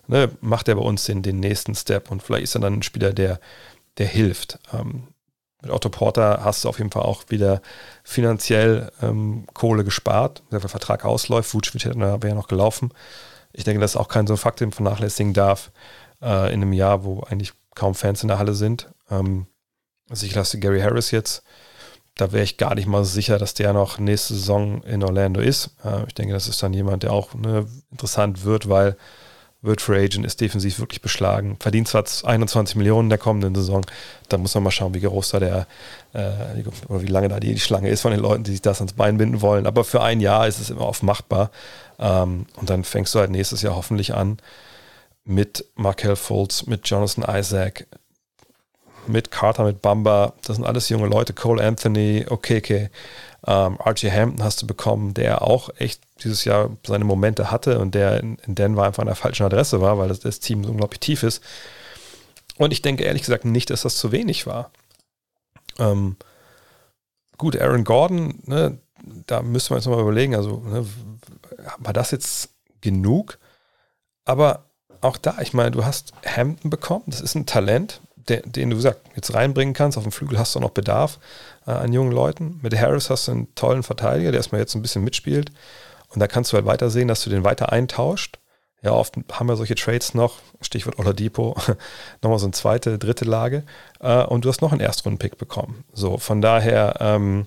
ne, macht er bei uns den, den nächsten Step und vielleicht ist er dann ein Spieler, der, der hilft. Ähm, mit Otto Porter hast du auf jeden Fall auch wieder finanziell ähm, Kohle gespart, wenn der Vertrag ausläuft. Vucevic wäre ja noch gelaufen. Ich denke, das ist auch kein so ein Fakt, den man vernachlässigen darf äh, in einem Jahr, wo eigentlich kaum Fans in der Halle sind. Ähm, also ich lasse Gary Harris jetzt. Da wäre ich gar nicht mal sicher, dass der noch nächste Saison in Orlando ist. Äh, ich denke, das ist dann jemand, der auch ne, interessant wird, weil wird Free Agent, ist defensiv wirklich beschlagen. Verdient zwar einundzwanzig Millionen in der kommenden Saison. Da muss man mal schauen, wie groß da der, äh, oder wie lange da die, die Schlange ist von den Leuten, die sich das ans Bein binden wollen. Aber für ein Jahr ist es immer oft machbar. Ähm, und dann fängst du halt nächstes Jahr hoffentlich an mit Markelle Fultz, mit Jonathan Isaac, mit Carter, mit Bamba. Das sind alles junge Leute. Cole Anthony, Okeke, ähm, R J Hampton hast du bekommen, der auch echt dieses Jahr seine Momente hatte und der in, in Denver einfach an der falschen Adresse war, weil das, das Team so unglaublich tief ist. Und ich denke ehrlich gesagt nicht, dass das zu wenig war. Ähm, gut, Aaron Gordon, ne, da müssen wir jetzt nochmal überlegen, also ne, war das jetzt genug? Aber auch da, ich meine, du hast Hampton bekommen, das ist ein Talent, den, den du gesagt, jetzt reinbringen kannst. Auf dem Flügel hast du noch Bedarf äh, an jungen Leuten. Mit Harris hast du einen tollen Verteidiger, der erstmal jetzt ein bisschen mitspielt. Und da kannst du halt weiter sehen, dass du den weiter eintauscht. Ja, oft haben wir solche Trades noch, Stichwort Oladipo, nochmal so eine zweite, dritte Lage. Äh, und du hast noch einen Erstrunden-Pick bekommen. So, von daher, ähm,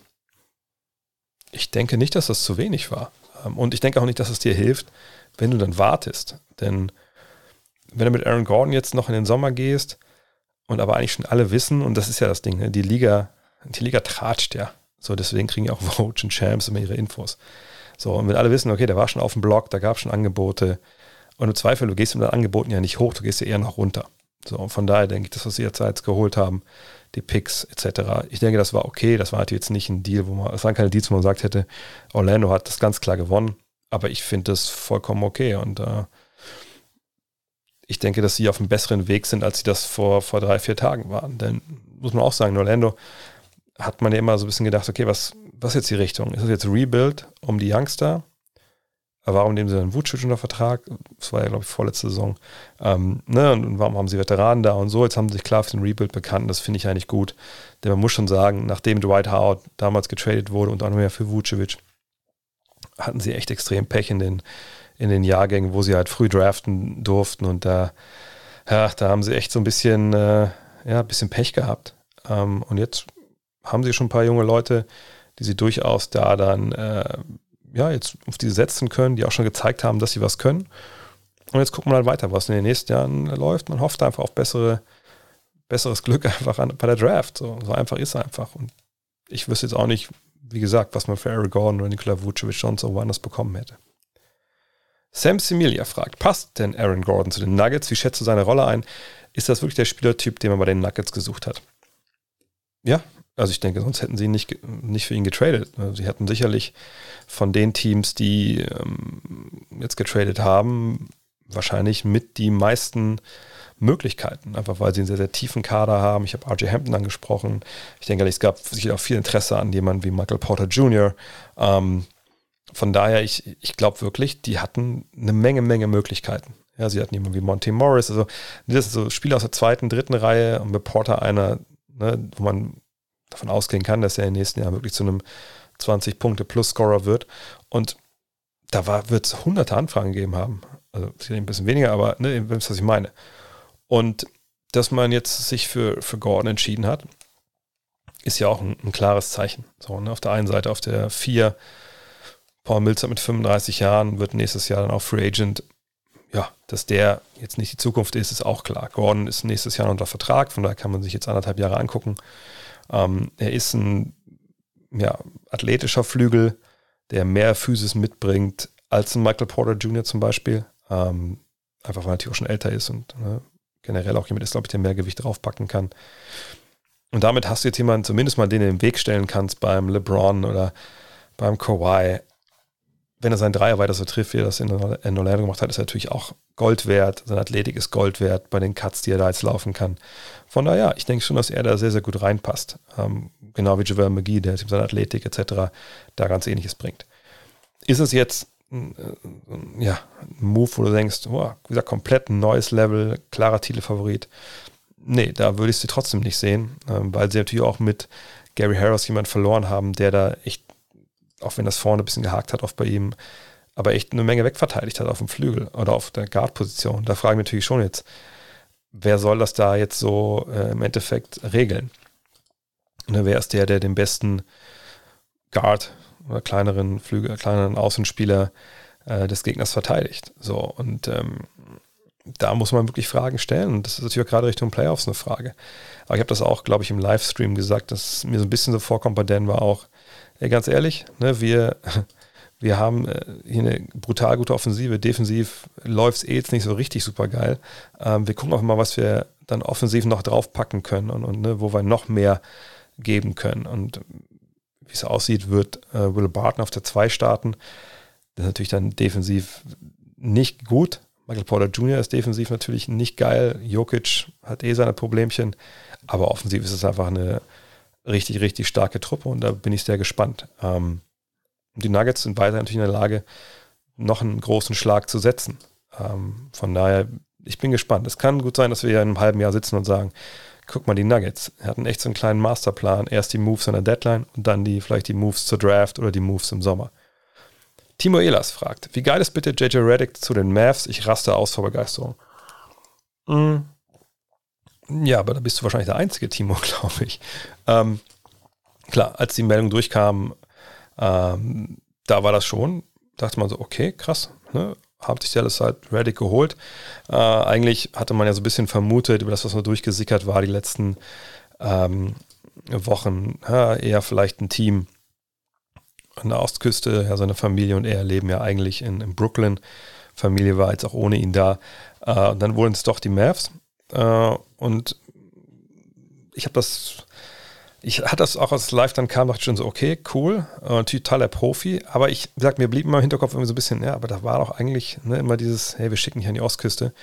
ich denke nicht, dass das zu wenig war. Ähm, und ich denke auch nicht, dass es dir hilft, wenn du dann wartest. Denn wenn du mit Aaron Gordon jetzt noch in den Sommer gehst und aber eigentlich schon alle wissen, und das ist ja das Ding, ne, die Liga, die Liga tratscht ja. So, deswegen kriegen ja auch Vogue und Champs immer ihre Infos. So, und wenn alle wissen, okay, der war schon auf dem Blog, da gab es schon Angebote. Und im Zweifel, du gehst mit den Angeboten ja nicht hoch, du gehst ja eher noch runter. So, und von daher denke ich, das, was sie jetzt, jetzt geholt haben, die Picks et cetera. Ich denke, das war okay. Das war natürlich jetzt nicht ein Deal, wo man, es waren keine Deals, wo man sagt hätte, Orlando hat das ganz klar gewonnen. Aber ich finde das vollkommen okay. Und äh, ich denke, dass sie auf einem besseren Weg sind, als sie das vor, vor drei, vier Tagen waren. Denn, muss man auch sagen, in Orlando hat man ja immer so ein bisschen gedacht, okay, was, was ist jetzt die Richtung? Ist das jetzt Rebuild um die Youngster? Aber warum nehmen sie dann Vucevic unter Vertrag? Das war ja, glaube ich, vorletzte Saison. Ähm, ne? Und warum haben sie Veteranen da und so? Jetzt haben sie sich klar für den Rebuild bekannt. Das finde ich eigentlich gut. Denn man muss schon sagen, nachdem Dwight Howard damals getradet wurde und auch noch mehr für Vucevic, hatten sie echt extrem Pech in den, in den Jahrgängen, wo sie halt früh draften durften. Und da, ja, da haben sie echt so ein bisschen, äh, ja, ein bisschen Pech gehabt. Ähm, und jetzt haben sie schon ein paar junge Leute, die sie durchaus da dann äh, ja, jetzt auf die setzen können, die auch schon gezeigt haben, dass sie was können. Und jetzt gucken wir halt weiter, was in den nächsten Jahren läuft. Man hofft einfach auf bessere, besseres Glück einfach an, bei der Draft. So, so einfach ist es einfach. Und ich wüsste jetzt auch nicht, wie gesagt, was man für Aaron Gordon oder Nikola Vucevic schon so woanders bekommen hätte. Sam Similia fragt, passt denn Aaron Gordon zu den Nuggets? Wie schätzt du seine Rolle ein? Ist das wirklich der Spielertyp, den man bei den Nuggets gesucht hat? Ja, also ich denke, sonst hätten sie ihn nicht, nicht für ihn getradet. Sie hätten sicherlich von den Teams, die ähm, jetzt getradet haben, wahrscheinlich mit die meisten Möglichkeiten. Einfach weil sie einen sehr, sehr tiefen Kader haben. Ich habe R J Hampton angesprochen. Ich denke, es gab sicher auch viel Interesse an jemanden wie Michael Porter Junior Ähm, von daher, ich, ich glaube wirklich, die hatten eine Menge, Menge Möglichkeiten. Ja, sie hatten jemanden wie Monte Morris. Also das sind so Spieler aus der zweiten, dritten Reihe und mit Porter einer, ne, wo man davon ausgehen kann, dass er im nächsten Jahr wirklich zu einem zwanzig-Punkte-Plus-Scorer wird. Und da wird es hunderte Anfragen gegeben haben. Also sicherlich ein bisschen weniger, aber ne, ihr wisst, was ich meine. Und dass man jetzt sich für, für Gordon entschieden hat, ist ja auch ein, ein klares Zeichen. So, ne, auf der einen Seite auf der vier, Paul Millsap mit fünfunddreißig Jahren wird nächstes Jahr dann auch Free Agent. Ja, dass der jetzt nicht die Zukunft ist, ist auch klar. Gordon ist nächstes Jahr unter Vertrag, von daher kann man sich jetzt anderthalb Jahre angucken. Ähm, er ist ein ja, athletischer Flügel, der mehr Physis mitbringt als ein Michael Porter Junior zum Beispiel. Ähm, einfach weil er natürlich auch schon älter ist und ne, generell auch jemand ist, glaube ich, der mehr Gewicht draufpacken kann. Und damit hast du jetzt jemanden, zumindest mal den du im Weg stellen kannst beim LeBron oder beim Kawhi. Wenn er seinen Dreier weiter so trifft, wie er das in Orlando gemacht hat, ist er natürlich auch Gold wert. Seine Athletik ist Gold wert bei den Cuts, die er da jetzt laufen kann. Von daher, ja, ich denke schon, dass er da sehr, sehr gut reinpasst. Ähm, genau wie JaVale McGee, der mit seiner Athletik et cetera da ganz Ähnliches bringt. Ist es jetzt äh, ja, Move, wo du denkst, oh, wie gesagt, komplett ein neues Level, klarer Titelfavorit. Nee, da würde ich sie trotzdem nicht sehen, ähm, weil sie natürlich auch mit Gary Harris jemanden verloren haben, der da echt, auch wenn das vorne ein bisschen gehakt hat, oft bei ihm, aber echt eine Menge wegverteidigt hat auf dem Flügel oder auf der Guard-Position. Da frage ich mich natürlich schon jetzt, wer soll das da jetzt so äh, im Endeffekt regeln? Ne, wer ist der, der den besten Guard oder kleineren Flügel, kleineren Außenspieler äh, des Gegners verteidigt? So, und ähm, da muss man wirklich Fragen stellen. Und das ist natürlich auch gerade Richtung Playoffs eine Frage. Aber ich habe das auch, glaube ich, im Livestream gesagt, dass mir so ein bisschen so vorkommt bei Denver auch, ey, ganz ehrlich, ne, wir, wir haben äh, hier eine brutal gute Offensive. Defensiv läuft es eh jetzt nicht so richtig super geil. Ähm, wir gucken auch mal, was wir dann offensiv noch draufpacken können und, und ne, wo wir noch mehr geben können. Und wie es aussieht, wird äh, Will Barton auf der zwei starten. Das ist natürlich dann defensiv nicht gut. Michael Porter Junior ist defensiv natürlich nicht geil. Jokic hat eh seine Problemchen. Aber offensiv ist es einfach eine richtig, richtig starke Truppe und da bin ich sehr gespannt. Ähm, die Nuggets sind weiter natürlich in der Lage, noch einen großen Schlag zu setzen. Ähm, von daher, ich bin gespannt. Es kann gut sein, dass wir ja in einem halben Jahr sitzen und sagen, guck mal, die Nuggets hatten echt so einen kleinen Masterplan. Erst die Moves an der Deadline und dann die vielleicht die Moves zur Draft oder die Moves im Sommer. Timo Ehlers fragt, wie geil ist bitte J J Redick zu den Mavs? Ich raste aus vor Begeisterung. Mhm. Ja, aber da bist du wahrscheinlich der einzige, Timo, glaube ich. Ähm, klar, als die Meldung durchkam, ähm, da war das schon, dachte man so, okay, krass, ne? Hat sich Dallas halt Redick geholt. Äh, eigentlich hatte man ja so ein bisschen vermutet, über das, was noch durchgesickert war, die letzten ähm, Wochen, ja, eher vielleicht ein Team an der Ostküste, ja, seine Familie und er leben ja eigentlich in, in Brooklyn. Familie war jetzt auch ohne ihn da. Äh, und dann wurden es doch die Mavs. Äh, und ich habe das, ich hatte das auch, als es live dann kam, dachte ich schon so, okay, cool, äh, totaler Profi, aber ich sag, mir blieb immer im Hinterkopf irgendwie so ein bisschen, ja, aber da war doch eigentlich ne, immer dieses, hey, wir schicken hier an die Ostküste.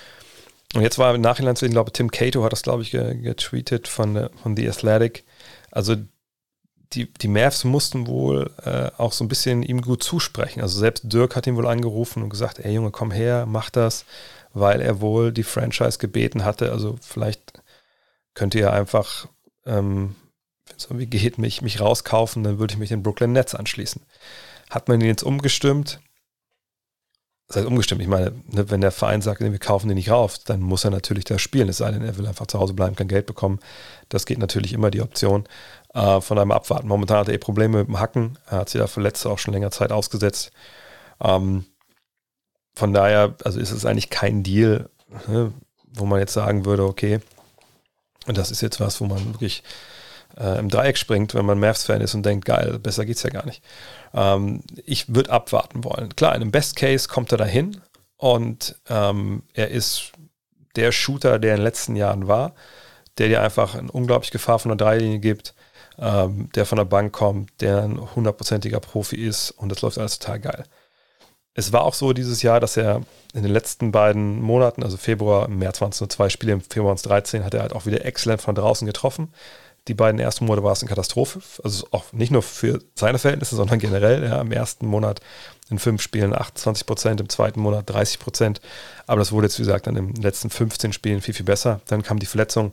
Und jetzt war im Nachhinein zu sehen, glaube ich, Tim Cato hat das, glaube ich, getweetet von, von The Athletic. Also die, die Mavs mussten wohl äh, auch so ein bisschen ihm gut zusprechen. Also selbst Dirk hat ihn wohl angerufen und gesagt, ey Junge, komm her, mach das, weil er wohl die Franchise gebeten hatte. Also vielleicht könnt ihr einfach, ähm, wenn es irgendwie geht, mich, mich rauskaufen, dann würde ich mich den Brooklyn Nets anschließen. Hat man ihn jetzt umgestimmt? Das heißt umgestimmt, ich meine, ne, wenn der Verein sagt, wir kaufen den nicht rauf, dann muss er natürlich da spielen, es sei denn, er will einfach zu Hause bleiben, kein Geld bekommen. Das geht natürlich immer, die Option. Äh, von einem abwarten. Momentan hat er eh Probleme mit dem Hacken, er hat sich da verletzt, auch schon länger Zeit ausgesetzt. Ähm, von daher, also ist es eigentlich kein Deal, ne, wo man jetzt sagen würde, okay, und das ist jetzt was, wo man wirklich äh, im Dreieck springt, wenn man Mavs-Fan ist und denkt, geil, besser geht's ja gar nicht. Ähm, ich würde abwarten wollen. Klar, in einem Best Case kommt er dahin und ähm, er ist der Shooter, der in den letzten Jahren war, der dir einfach eine unglaubliche Gefahr von der Dreilinie gibt, ähm, der von der Bank kommt, der ein hundertprozentiger Profi ist und das läuft alles total geil. Es war auch so dieses Jahr, dass er in den letzten beiden Monaten, also Februar, im März waren es nur zwei Spiele, im Februar waren es dreizehn, hat er halt auch wieder exzellent von draußen getroffen. Die beiden ersten Monate war es eine Katastrophe, also auch nicht nur für seine Verhältnisse, sondern generell. Ja, im ersten Monat in fünf Spielen achtundzwanzig Prozent, im zweiten Monat dreißig Prozent. Aber das wurde jetzt, wie gesagt, dann in den letzten fünfzehn Spielen viel, viel besser. Dann kam die Verletzung.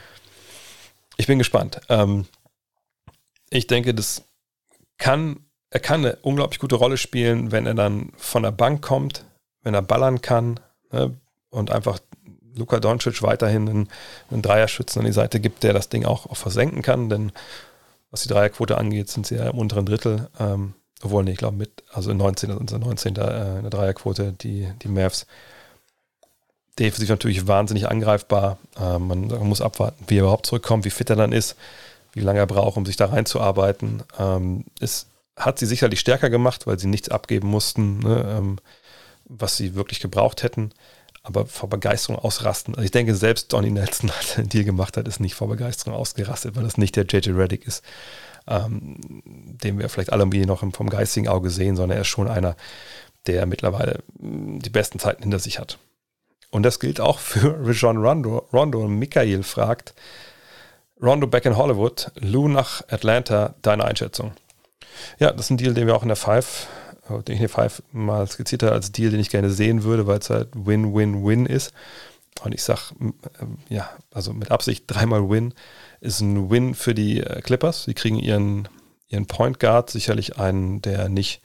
Ich bin gespannt. Ähm, ich denke, das kann, er kann eine unglaublich gute Rolle spielen, wenn er dann von der Bank kommt, wenn er ballern kann, ne, und einfach Luka Doncic weiterhin einen, einen Dreierschützen an die Seite gibt, der das Ding auch, auch versenken kann, denn was die Dreierquote angeht, sind sie ja im unteren Drittel, ähm, obwohl, nee, ich glaube mit, also neunzehn, unser neunzehnter äh, eine Dreierquote, die, die Mavs. Defensiv natürlich wahnsinnig angreifbar, äh, man, man muss abwarten, wie er überhaupt zurückkommt, wie fit er dann ist, wie lange er braucht, um sich da reinzuarbeiten. Ähm, es hat sie sicherlich stärker gemacht, weil sie nichts abgeben mussten, ne, ähm, was sie wirklich gebraucht hätten. Aber vor Begeisterung ausrasten. Also ich denke, selbst Donnie Nelson, der einen Deal gemacht hat, ist nicht vor Begeisterung ausgerastet, weil das nicht der J J Redick ist, ähm, den wir vielleicht alle irgendwie noch vom geistigen Auge sehen, sondern er ist schon einer, der mittlerweile die besten Zeiten hinter sich hat. Und das gilt auch für Rajon Rondo. Rondo Michael fragt, Rondo back in Hollywood, Lou nach Atlanta, deine Einschätzung? Ja, das ist ein Deal, den wir auch in der Five den ich hier Five mal skizziert habe, als Deal, den ich gerne sehen würde, weil es halt Win-Win-Win ist. Und ich sage, ja, also mit Absicht dreimal Win ist ein Win für die Clippers. Sie kriegen ihren, ihren Point Guard, sicherlich einen, der nicht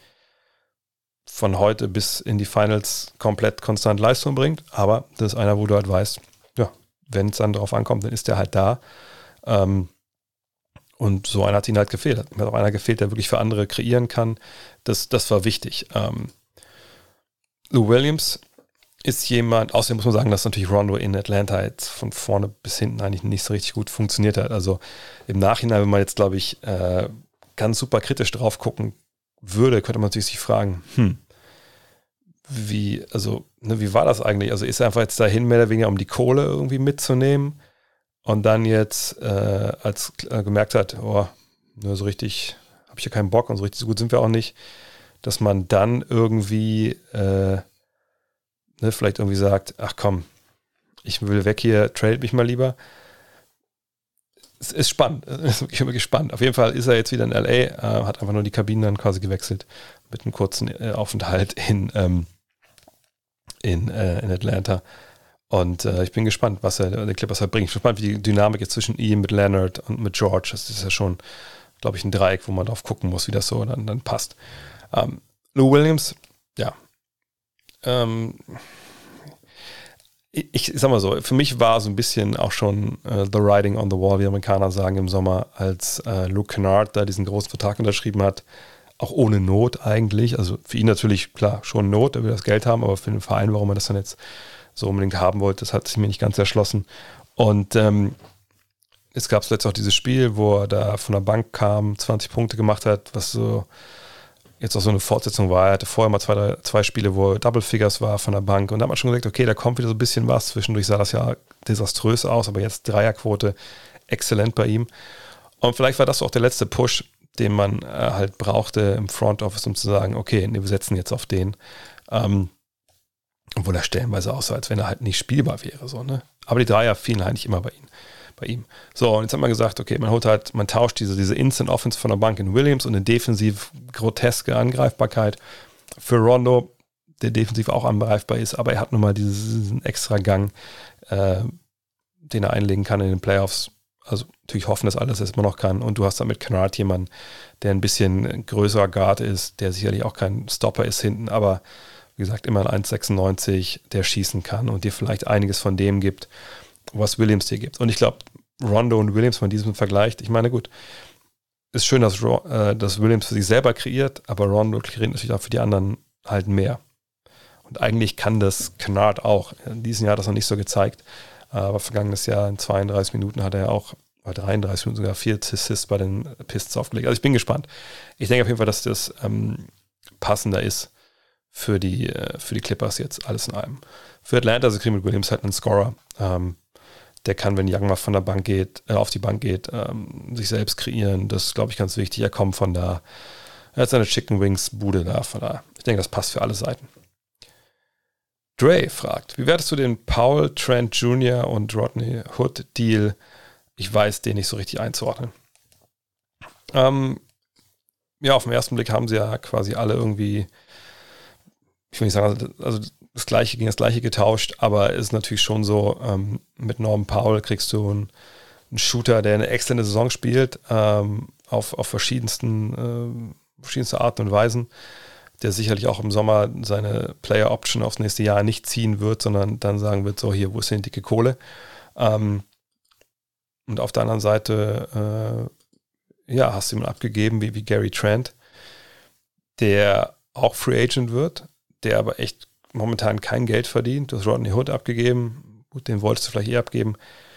von heute bis in die Finals komplett konstant Leistung bringt, aber das ist einer, wo du halt weißt, ja, wenn es dann drauf ankommt, dann ist der halt da. Ähm, und so einer hat ihnen halt gefehlt. Hat mir auch einer gefehlt, der wirklich für andere kreieren kann. Das, das war wichtig. Ähm, Lou Williams ist jemand, außerdem muss man sagen, dass natürlich Rondo in Atlanta jetzt von vorne bis hinten eigentlich nicht so richtig gut funktioniert hat. Also im Nachhinein, wenn man jetzt, glaube ich, äh, ganz super kritisch drauf gucken würde, könnte man sich fragen, hm, wie, also, ne, wie war das eigentlich? Also ist er einfach jetzt dahin, mehr oder weniger, um die Kohle irgendwie mitzunehmen und dann jetzt, äh, als er gemerkt hat, oh, nur so richtig, habe ich ja keinen Bock und so richtig so gut sind wir auch nicht, dass man dann irgendwie, äh, ne, vielleicht irgendwie sagt, ach komm, ich will weg hier, trade mich mal lieber. Es ist spannend, es ist wirklich, wirklich spannend. Auf jeden Fall ist er jetzt wieder in L A, äh, hat einfach nur die Kabinen dann quasi gewechselt mit einem kurzen äh, Aufenthalt in, ähm, in, äh, in Atlanta. Und äh, ich bin gespannt, was er den Clippers halt bringt. Ich bin gespannt, wie die Dynamik jetzt zwischen ihm mit Leonard und mit George, das ist ja schon, glaube ich, ein Dreieck, wo man drauf gucken muss, wie das so dann, dann passt. Ähm, Lou Williams, ja. Ähm, Ich, ich sag mal so, für mich war so ein bisschen auch schon uh, the writing on the wall, wie Amerikaner sagen, im Sommer, als uh, Luke Kennard da diesen großen Vertrag unterschrieben hat, auch ohne Not eigentlich, also für ihn natürlich, klar, schon Not, er will das Geld haben, aber für den Verein, warum er das dann jetzt so unbedingt haben wollte, das hat sich mir nicht ganz erschlossen. Und ähm, es gab letztens auch dieses Spiel, wo er da von der Bank kam, zwanzig Punkte gemacht hat, was so jetzt auch so eine Fortsetzung war. Er hatte vorher mal zwei, drei, zwei Spiele, wo Double Figures war von der Bank. Und da hat man schon gesagt, okay, da kommt wieder so ein bisschen was. Zwischendurch sah das ja desaströs aus, aber jetzt Dreierquote exzellent bei ihm. Und vielleicht war das auch der letzte Push, den man äh, halt brauchte im Front Office, um zu sagen, okay, nee, wir setzen jetzt auf den. Ähm, obwohl er stellenweise aussah, als wenn er halt nicht spielbar wäre. So, ne? Aber die Dreier fielen eigentlich immer bei ihm. Bei ihm. So, und jetzt hat man gesagt, okay, man holt halt, man tauscht diese, diese Instant Offense von der Bank in Williams und eine defensiv groteske Angreifbarkeit für Rondo, der defensiv auch angreifbar ist, aber er hat nun mal diesen extra Gang, äh, den er einlegen kann in den Playoffs. Also natürlich hoffen, dass alles erstmal noch kann. Und du hast dann mit Kennard jemanden, der ein bisschen größerer Guard ist, der sicherlich auch kein Stopper ist hinten, aber wie gesagt, immer ein eins Komma sechsundneunzig, der schießen kann und dir vielleicht einiges von dem gibt, was Williams dir gibt. Und ich glaube, Rondo und Williams von diesem vergleicht, ich meine, gut, ist schön, dass, äh, dass Williams für sich selber kreiert, aber Rondo kreiert natürlich auch für die anderen halt mehr. Und eigentlich kann das Kennard auch. In diesem Jahr hat das noch nicht so gezeigt, aber vergangenes Jahr in zweiunddreißig Minuten hat er auch, bei dreiunddreißig Minuten sogar vier Assists bei den Pistons aufgelegt. Also ich bin gespannt. Ich denke auf jeden Fall, dass das ähm, passender ist für die, äh, für die Clippers jetzt, alles in einem. Für Atlanta, also kriegen mit Williams halt einen Scorer, ähm, der kann, wenn Young mal von der Bank geht, äh, auf die Bank geht, ähm, sich selbst kreieren. Das ist, glaube ich, ganz wichtig. Er kommt von da. Er hat seine Chicken Wings Bude da. Von da. Ich denke, das passt für alle Seiten. Dre fragt, wie wertest du den Powell, Trent Junior und Rodney Hood Deal? Ich weiß, den nicht so richtig einzuordnen. Ähm, ja, auf den ersten Blick haben sie ja quasi alle irgendwie, ich will nicht sagen, also das Gleiche gegen das Gleiche getauscht, aber es ist natürlich schon so, ähm, mit Norman Powell kriegst du einen, einen Shooter, der eine exzellente Saison spielt, ähm, auf, auf verschiedensten, äh, verschiedenste Arten und Weisen, der sicherlich auch im Sommer seine Player Option aufs nächste Jahr nicht ziehen wird, sondern dann sagen wird, so hier, wo ist denn dicke Kohle? Ähm, und auf der anderen Seite, äh, ja, hast du jemanden abgegeben wie, wie Gary Trent, der auch Free Agent wird, der aber echt momentan kein Geld verdient. Du hast Rodney Hood abgegeben. Gut, den wolltest du vielleicht eh abgeben.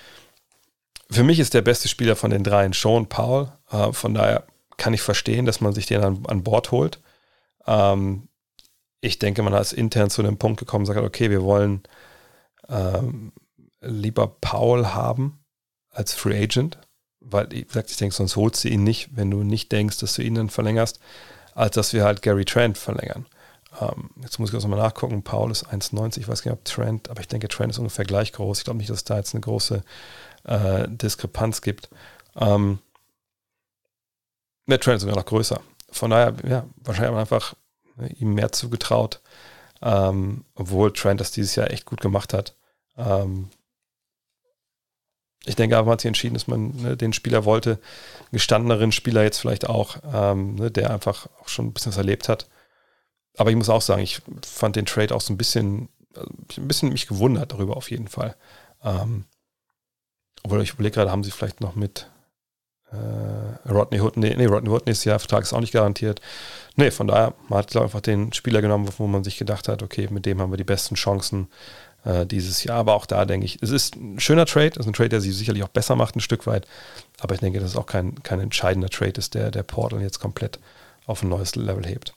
Für mich ist der beste Spieler von den dreien Sean Powell. Äh, von daher kann ich verstehen, dass man sich den an, an Bord holt. Ähm, ich denke, man ist intern zu dem Punkt gekommen und sagt, okay, wir wollen ähm, lieber Powell haben als Free Agent, weil, wie gesagt, ich denke, sonst holst du ihn nicht, wenn du nicht denkst, dass du ihn dann verlängerst, als dass wir halt Gary Trent verlängern. Um, jetzt muss ich auch mal nachgucken. Powell ist eins Komma neunzig, ich weiß gar nicht, ob Trent, aber ich denke, Trent ist ungefähr gleich groß. Ich glaube nicht, dass es da jetzt eine große äh, Diskrepanz gibt. Um, der Trent ist sogar noch größer. Von daher, ja, wahrscheinlich einfach ne, ihm mehr zugetraut, ähm, obwohl Trent das dieses Jahr echt gut gemacht hat. Ähm, ich denke aber, man hat sich entschieden, dass man ne, den Spieler wollte, einen gestandeneren Spieler jetzt vielleicht auch, ähm, ne, der einfach auch schon ein bisschen was erlebt hat. Aber ich muss auch sagen, ich fand den Trade auch so ein bisschen, ein bisschen mich gewundert darüber auf jeden Fall. Ähm, obwohl ich überlege gerade, haben sie vielleicht noch mit äh, Rodney Hood, nee, nee, Rodney Hood nächstes Jahr, Vertrag ist auch nicht garantiert. Nee, von daher, man hat, glaube ich, einfach den Spieler genommen, wo man sich gedacht hat, okay, mit dem haben wir die besten Chancen äh, dieses Jahr. Aber auch da denke ich, es ist ein schöner Trade, es ist ein Trade, der sie sicherlich auch besser macht ein Stück weit. Aber ich denke, dass es auch kein, kein entscheidender Trade ist, der, der Portland jetzt komplett auf ein neues Level hebt.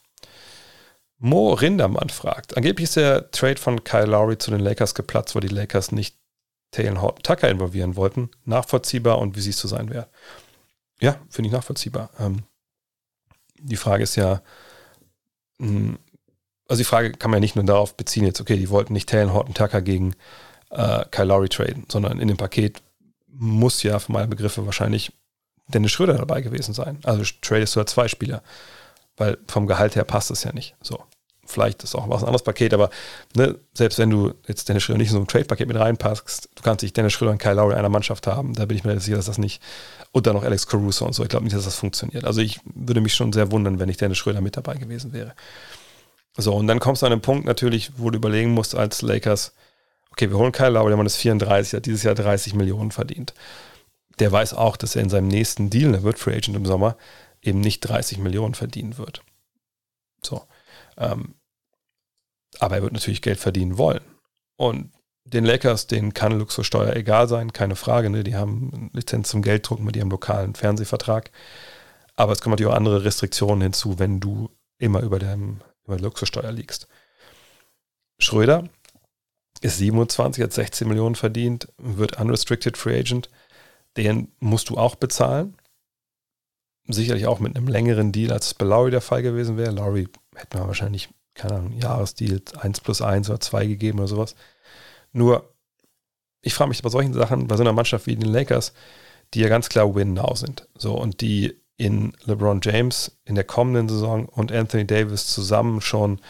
Mo Rindermann fragt, angeblich ist der Trade von Kyle Lowry zu den Lakers geplatzt, weil die Lakers nicht Taylor Horton Tucker involvieren wollten. Nachvollziehbar und wie siehst du sein Wert? Ja, finde ich nachvollziehbar. Ähm, die Frage ist ja, mh, also die Frage kann man ja nicht nur darauf beziehen, jetzt, okay, die wollten nicht Taylor Horton Tucker gegen äh, Kyle Lowry traden, sondern in dem Paket muss ja für meine Begriffe wahrscheinlich Dennis Schröder dabei gewesen sein. Also tradest du ja zwei Spieler, weil vom Gehalt her passt es ja nicht. So, vielleicht ist auch was ein anderes Paket, aber ne, selbst wenn du jetzt Dennis Schröder nicht in so ein Trade-Paket mit reinpackst, du kannst nicht Dennis Schröder und Kyle Lowry in einer Mannschaft haben, da bin ich mir sicher, dass das nicht, und dann noch Alex Caruso und so, ich glaube nicht, dass das funktioniert. Also ich würde mich schon sehr wundern, wenn nicht Dennis Schröder mit dabei gewesen wäre. So, und dann kommst du an einen Punkt natürlich, wo du überlegen musst als Lakers, okay, wir holen Kyle Lowry, der Mann ist vierunddreißig, hat dieses Jahr dreißig Millionen verdient. Der weiß auch, dass er in seinem nächsten Deal, der wird Free Agent im Sommer, eben nicht dreißig Millionen verdienen wird. So. Ähm, aber er wird natürlich Geld verdienen wollen. Und den Lakers, denen kann Luxussteuer egal sein, keine Frage. Ne? Die haben Lizenz zum Gelddrucken mit ihrem lokalen Fernsehvertrag. Aber es kommen natürlich auch andere Restriktionen hinzu, wenn du immer über der, über der Luxussteuer liegst. Schröder ist siebenundzwanzig, hat sechzehn Millionen verdient, wird Unrestricted Free Agent. Den musst du auch bezahlen. Sicherlich auch mit einem längeren Deal, als es bei Lowry der Fall gewesen wäre. Lowry hätte man wahrscheinlich, keine Ahnung, Jahresdeal eins plus eins oder zwei gegeben oder sowas. Nur, ich frage mich bei solchen Sachen, bei so einer Mannschaft wie den Lakers, die ja ganz klar Win-Now sind. So, und die in LeBron James in der kommenden Saison und Anthony Davis zusammen schon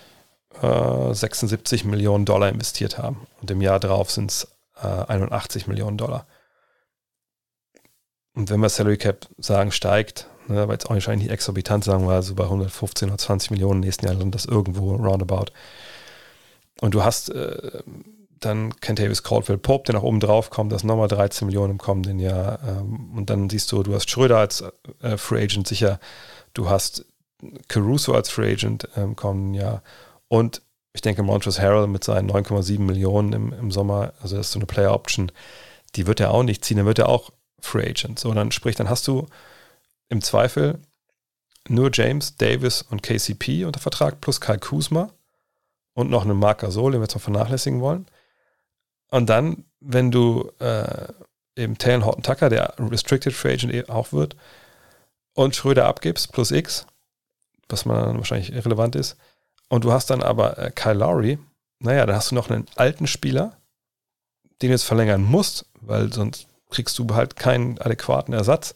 äh, sechsundsiebzig Millionen Dollar investiert haben. Und im Jahr drauf sind es äh, einundachtzig Millionen Dollar. Und wenn wir Salary Cap sagen, steigt, ne, aber jetzt auch wahrscheinlich nicht exorbitant, sagen wir so bei hundertfünfzehn oder zwanzig Millionen nächsten Jahr, dann das irgendwo roundabout. Und du hast äh, dann Kentavious Caldwell-Pope, der nach oben drauf kommt, das nochmal dreizehn Millionen im kommenden Jahr. Ähm, und dann siehst du, du hast Schröder als äh, Free Agent sicher, du hast Caruso als Free Agent im kommenden Jahr und ich denke Montrezl Harrell mit seinen neun Komma sieben Millionen im, im Sommer, also das ist so eine Player Option, die wird er auch nicht ziehen, dann wird er auch Free Agent. So, dann sprich, dann hast du im Zweifel nur James, Davis und K C P unter Vertrag plus Kyle Kuzma und noch einen Marc Gasol, den wir jetzt noch vernachlässigen wollen. Und dann, wenn du äh, eben Taylor Horton Tucker, der Restricted Free Agent auch wird, und Schröder abgibst plus X, was man wahrscheinlich irrelevant ist, und du hast dann aber äh, Kyle Lowry, naja, dann hast du noch einen alten Spieler, den du jetzt verlängern musst, weil sonst kriegst du halt keinen adäquaten Ersatz.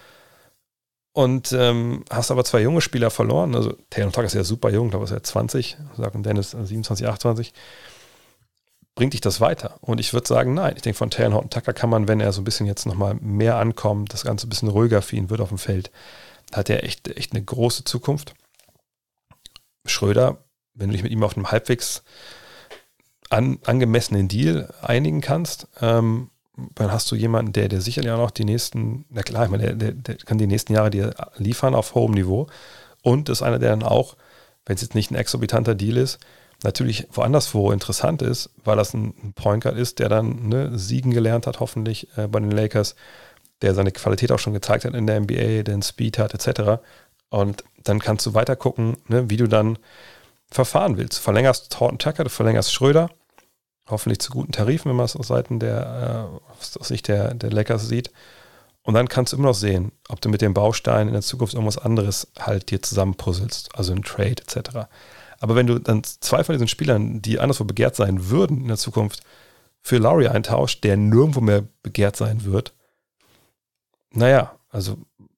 Und ähm, hast aber zwei junge Spieler verloren. Also Taylor Tucker ist ja super jung, glaube ich, ist ja zwanzig, sagen Dennis siebenundzwanzig, achtundzwanzig. Bringt dich das weiter? Und ich würde sagen, nein. Ich denke, von Taylor Horton Tucker kann man, wenn er so ein bisschen jetzt nochmal mehr ankommt, das Ganze ein bisschen ruhiger für ihn wird auf dem Feld, hat er echt, echt eine große Zukunft. Schröder, wenn du dich mit ihm auf einem halbwegs an, angemessenen Deal einigen kannst, ähm, dann hast du jemanden, der, der sicherlich auch noch die nächsten, na klar, ich meine, der, der, der kann die nächsten Jahre dir liefern auf hohem Niveau und ist einer, der dann auch, wenn es jetzt nicht ein exorbitanter Deal ist, natürlich woanders wo interessant ist, weil das ein Point Guard ist, der dann ne, siegen gelernt hat, hoffentlich äh, bei den Lakers, der seine Qualität auch schon gezeigt hat in der N B A, der einen Speed hat, et cetera. Und dann kannst du weiter gucken, ne, wie du dann verfahren willst. Du verlängerst Horton Tucker, du verlängerst Schröder, hoffentlich zu guten Tarifen, wenn man es aus Seiten der, äh, aus Sicht der, der Lakers sieht. Und dann kannst du immer noch sehen, ob du mit dem Baustein in der Zukunft irgendwas anderes halt dir zusammenpuzzelst, also ein Trade et cetera. Aber wenn du dann zwei von diesen Spielern, die anderswo begehrt sein würden in der Zukunft, für Lowry eintauscht, der nirgendwo mehr begehrt sein wird, naja, also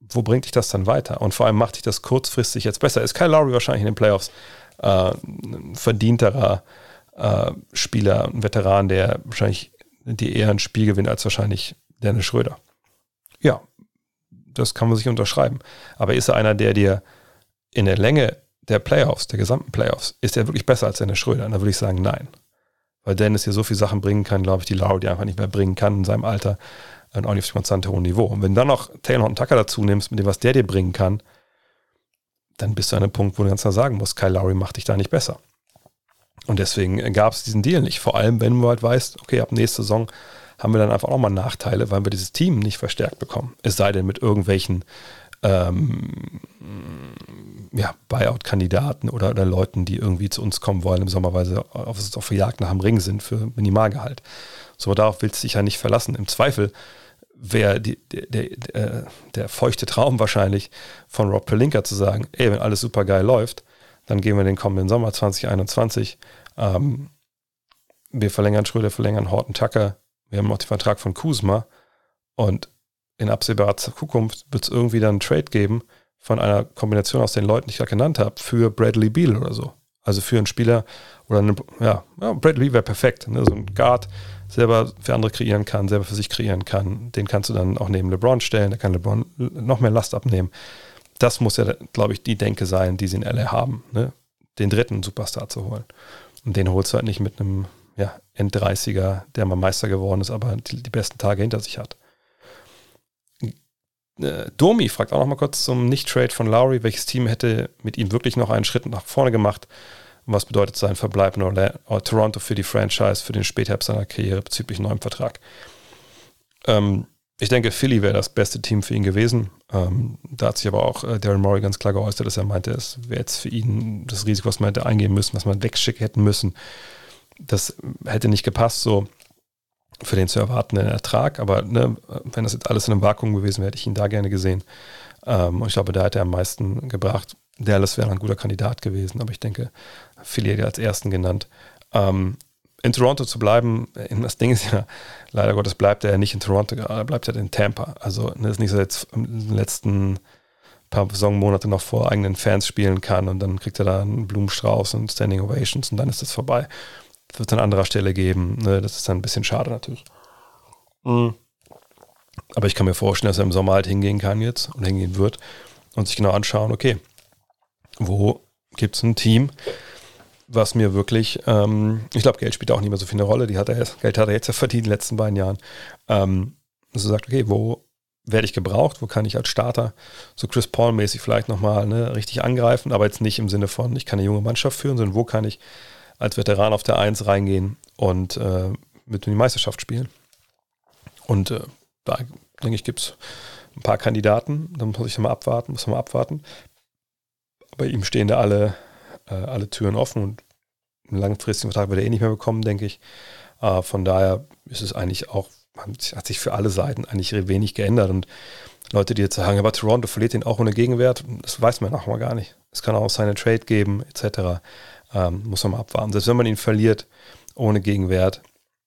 wo bringt dich das dann weiter? Und vor allem macht dich das kurzfristig jetzt besser. Ist Kyle Lowry wahrscheinlich in den Playoffs äh, ein verdienterer äh, Spieler, ein Veteran, der wahrscheinlich die eher ein Spiel gewinnt als wahrscheinlich Dennis Schröder. Ja, das kann man sich unterschreiben. Aber ist er einer, der dir in der Länge der Playoffs, der gesamten Playoffs, ist er wirklich besser als Dennis Schröder? Und da würde ich sagen, nein. Weil Dennis hier so viele Sachen bringen kann, glaube ich, die Lowry die einfach nicht mehr bringen kann in seinem Alter und auch nicht auf dem konstant hohen Niveau. Und wenn du dann noch Taylor Horton Tucker dazu nimmst, mit dem, was der dir bringen kann, dann bist du an einem Punkt, wo du ganz klar sagen musst, Kyle Lowry macht dich da nicht besser. Und deswegen gab es diesen Deal nicht. Vor allem, wenn du halt weißt, okay, ab nächste Saison haben wir dann einfach auch mal Nachteile, weil wir dieses Team nicht verstärkt bekommen. Es sei denn mit irgendwelchen ähm, ja, Buyout-Kandidaten oder, oder Leuten, die irgendwie zu uns kommen wollen im Sommer, weil sie auf, auf der Jagd nach dem Ring sind für Minimalgehalt. So, darauf willst du dich ja nicht verlassen. Im Zweifel wäre der, der, der, der feuchte Traum wahrscheinlich von Rob Pelinka zu sagen, ey, wenn alles super geil läuft, dann gehen wir den kommenden Sommer zwanzig einundzwanzig. Ähm, wir verlängern Schröder, verlängern Horton Tucker. Wir haben noch den Vertrag von Kuzma. Und in absehbarer Zukunft wird es irgendwie dann einen Trade geben von einer Kombination aus den Leuten, die ich gerade genannt habe, für Bradley Beal oder so. Also für einen Spieler oder eine, ja, ja Bradley wäre perfekt. Ne? So ein Guard, selber für andere kreieren kann, selber für sich kreieren kann. Den kannst du dann auch neben LeBron stellen. Da kann LeBron noch mehr Last abnehmen. Das muss ja, glaube ich, die Denke sein, die sie in L A haben, ne? Den dritten Superstar zu holen. Und den holst du halt nicht mit einem ja, Enddreißiger, der mal Meister geworden ist, aber die, die besten Tage hinter sich hat. Äh, Domi fragt auch noch mal kurz zum Nicht-Trade von Lowry, welches Team hätte mit ihm wirklich noch einen Schritt nach vorne gemacht? Und was bedeutet sein Verbleib in Orlando, oder Toronto für die Franchise, für den Spätherbst seiner Karriere bezüglich neuem Vertrag? Ähm, Ich denke, Philly wäre das beste Team für ihn gewesen. Ähm, da hat sich aber auch äh, Daryl Morey ganz klar geäußert, dass er meinte, es wäre jetzt für ihn das Risiko, was man hätte eingehen müssen, was man wegschicken hätten müssen. Das hätte nicht gepasst, so für den zu erwartenden Ertrag. Aber ne, wenn das jetzt alles in einem Vakuum gewesen wäre, hätte ich ihn da gerne gesehen. Ähm, und ich glaube, da hätte er am meisten gebracht. Dallas wäre ein guter Kandidat gewesen, aber ich denke, Philly hätte er als ersten genannt. Ähm, In Toronto zu bleiben, das Ding ist ja, leider Gottes bleibt er ja nicht in Toronto, er bleibt halt in Tampa. Also das ist nicht so, jetzt in den letzten paar Saisonmonate noch vor eigenen Fans spielen kann und dann kriegt er da einen Blumenstrauß und Standing Ovations und dann ist das vorbei. Das wird es an anderer Stelle geben. Ne? Das ist dann ein bisschen schade natürlich. Mhm. Aber ich kann mir vorstellen, dass er im Sommer halt hingehen kann jetzt und hingehen wird und sich genau anschauen, okay, wo gibt es ein Team, was mir wirklich, ähm, ich glaube, Geld spielt auch nicht mehr so viel eine Rolle, die hat er jetzt, Geld hat er jetzt ja verdient in den letzten beiden Jahren. Ähm, also sagt, okay, wo werde ich gebraucht, wo kann ich als Starter so Chris Paul-mäßig vielleicht nochmal ne, richtig angreifen, aber jetzt nicht im Sinne von, ich kann eine junge Mannschaft führen, sondern wo kann ich als Veteran auf der Eins reingehen und äh, mit in die Meisterschaft spielen. Und äh, da, denke ich, gibt es ein paar Kandidaten, da muss ich mal abwarten, muss man mal abwarten. Bei ihm stehen da alle alle Türen offen und einen langfristigen Vertrag wird er eh nicht mehr bekommen, denke ich. Äh, von daher ist es eigentlich auch, hat sich für alle Seiten eigentlich wenig geändert und Leute, die jetzt sagen, aber Toronto verliert ihn auch ohne Gegenwert, das weiß man auch mal gar nicht. Es kann auch seine Trade geben, et cetera. Ähm, muss man mal abwarten. Selbst wenn man ihn verliert ohne Gegenwert,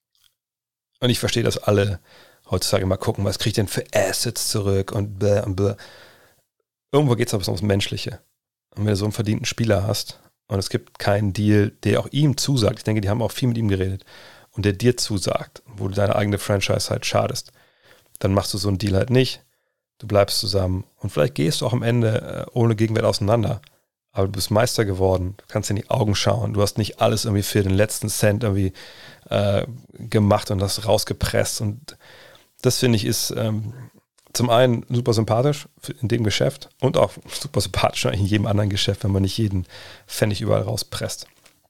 und ich verstehe, dass alle heutzutage mal gucken, was kriege ich denn für Assets zurück und bläh und bläh. Irgendwo geht es aber ums Menschliche. Und wenn du so einen verdienten Spieler hast, und es gibt keinen Deal, der auch ihm zusagt. Ich denke, die haben auch viel mit ihm geredet. Und der dir zusagt, wo du deine eigene Franchise halt schadest. Dann machst du so einen Deal halt nicht. Du bleibst zusammen. Und vielleicht gehst du auch am Ende äh, ohne Gegenwert auseinander. Aber du bist Meister geworden. Du kannst in die Augen schauen. Du hast nicht alles irgendwie für den letzten Cent irgendwie äh, gemacht und das rausgepresst. Und das, finde ich, ist ähm, zum einen super sympathisch in dem Geschäft und auch super sympathisch in jedem anderen Geschäft, wenn man nicht jeden Pfennig überall rauspresst.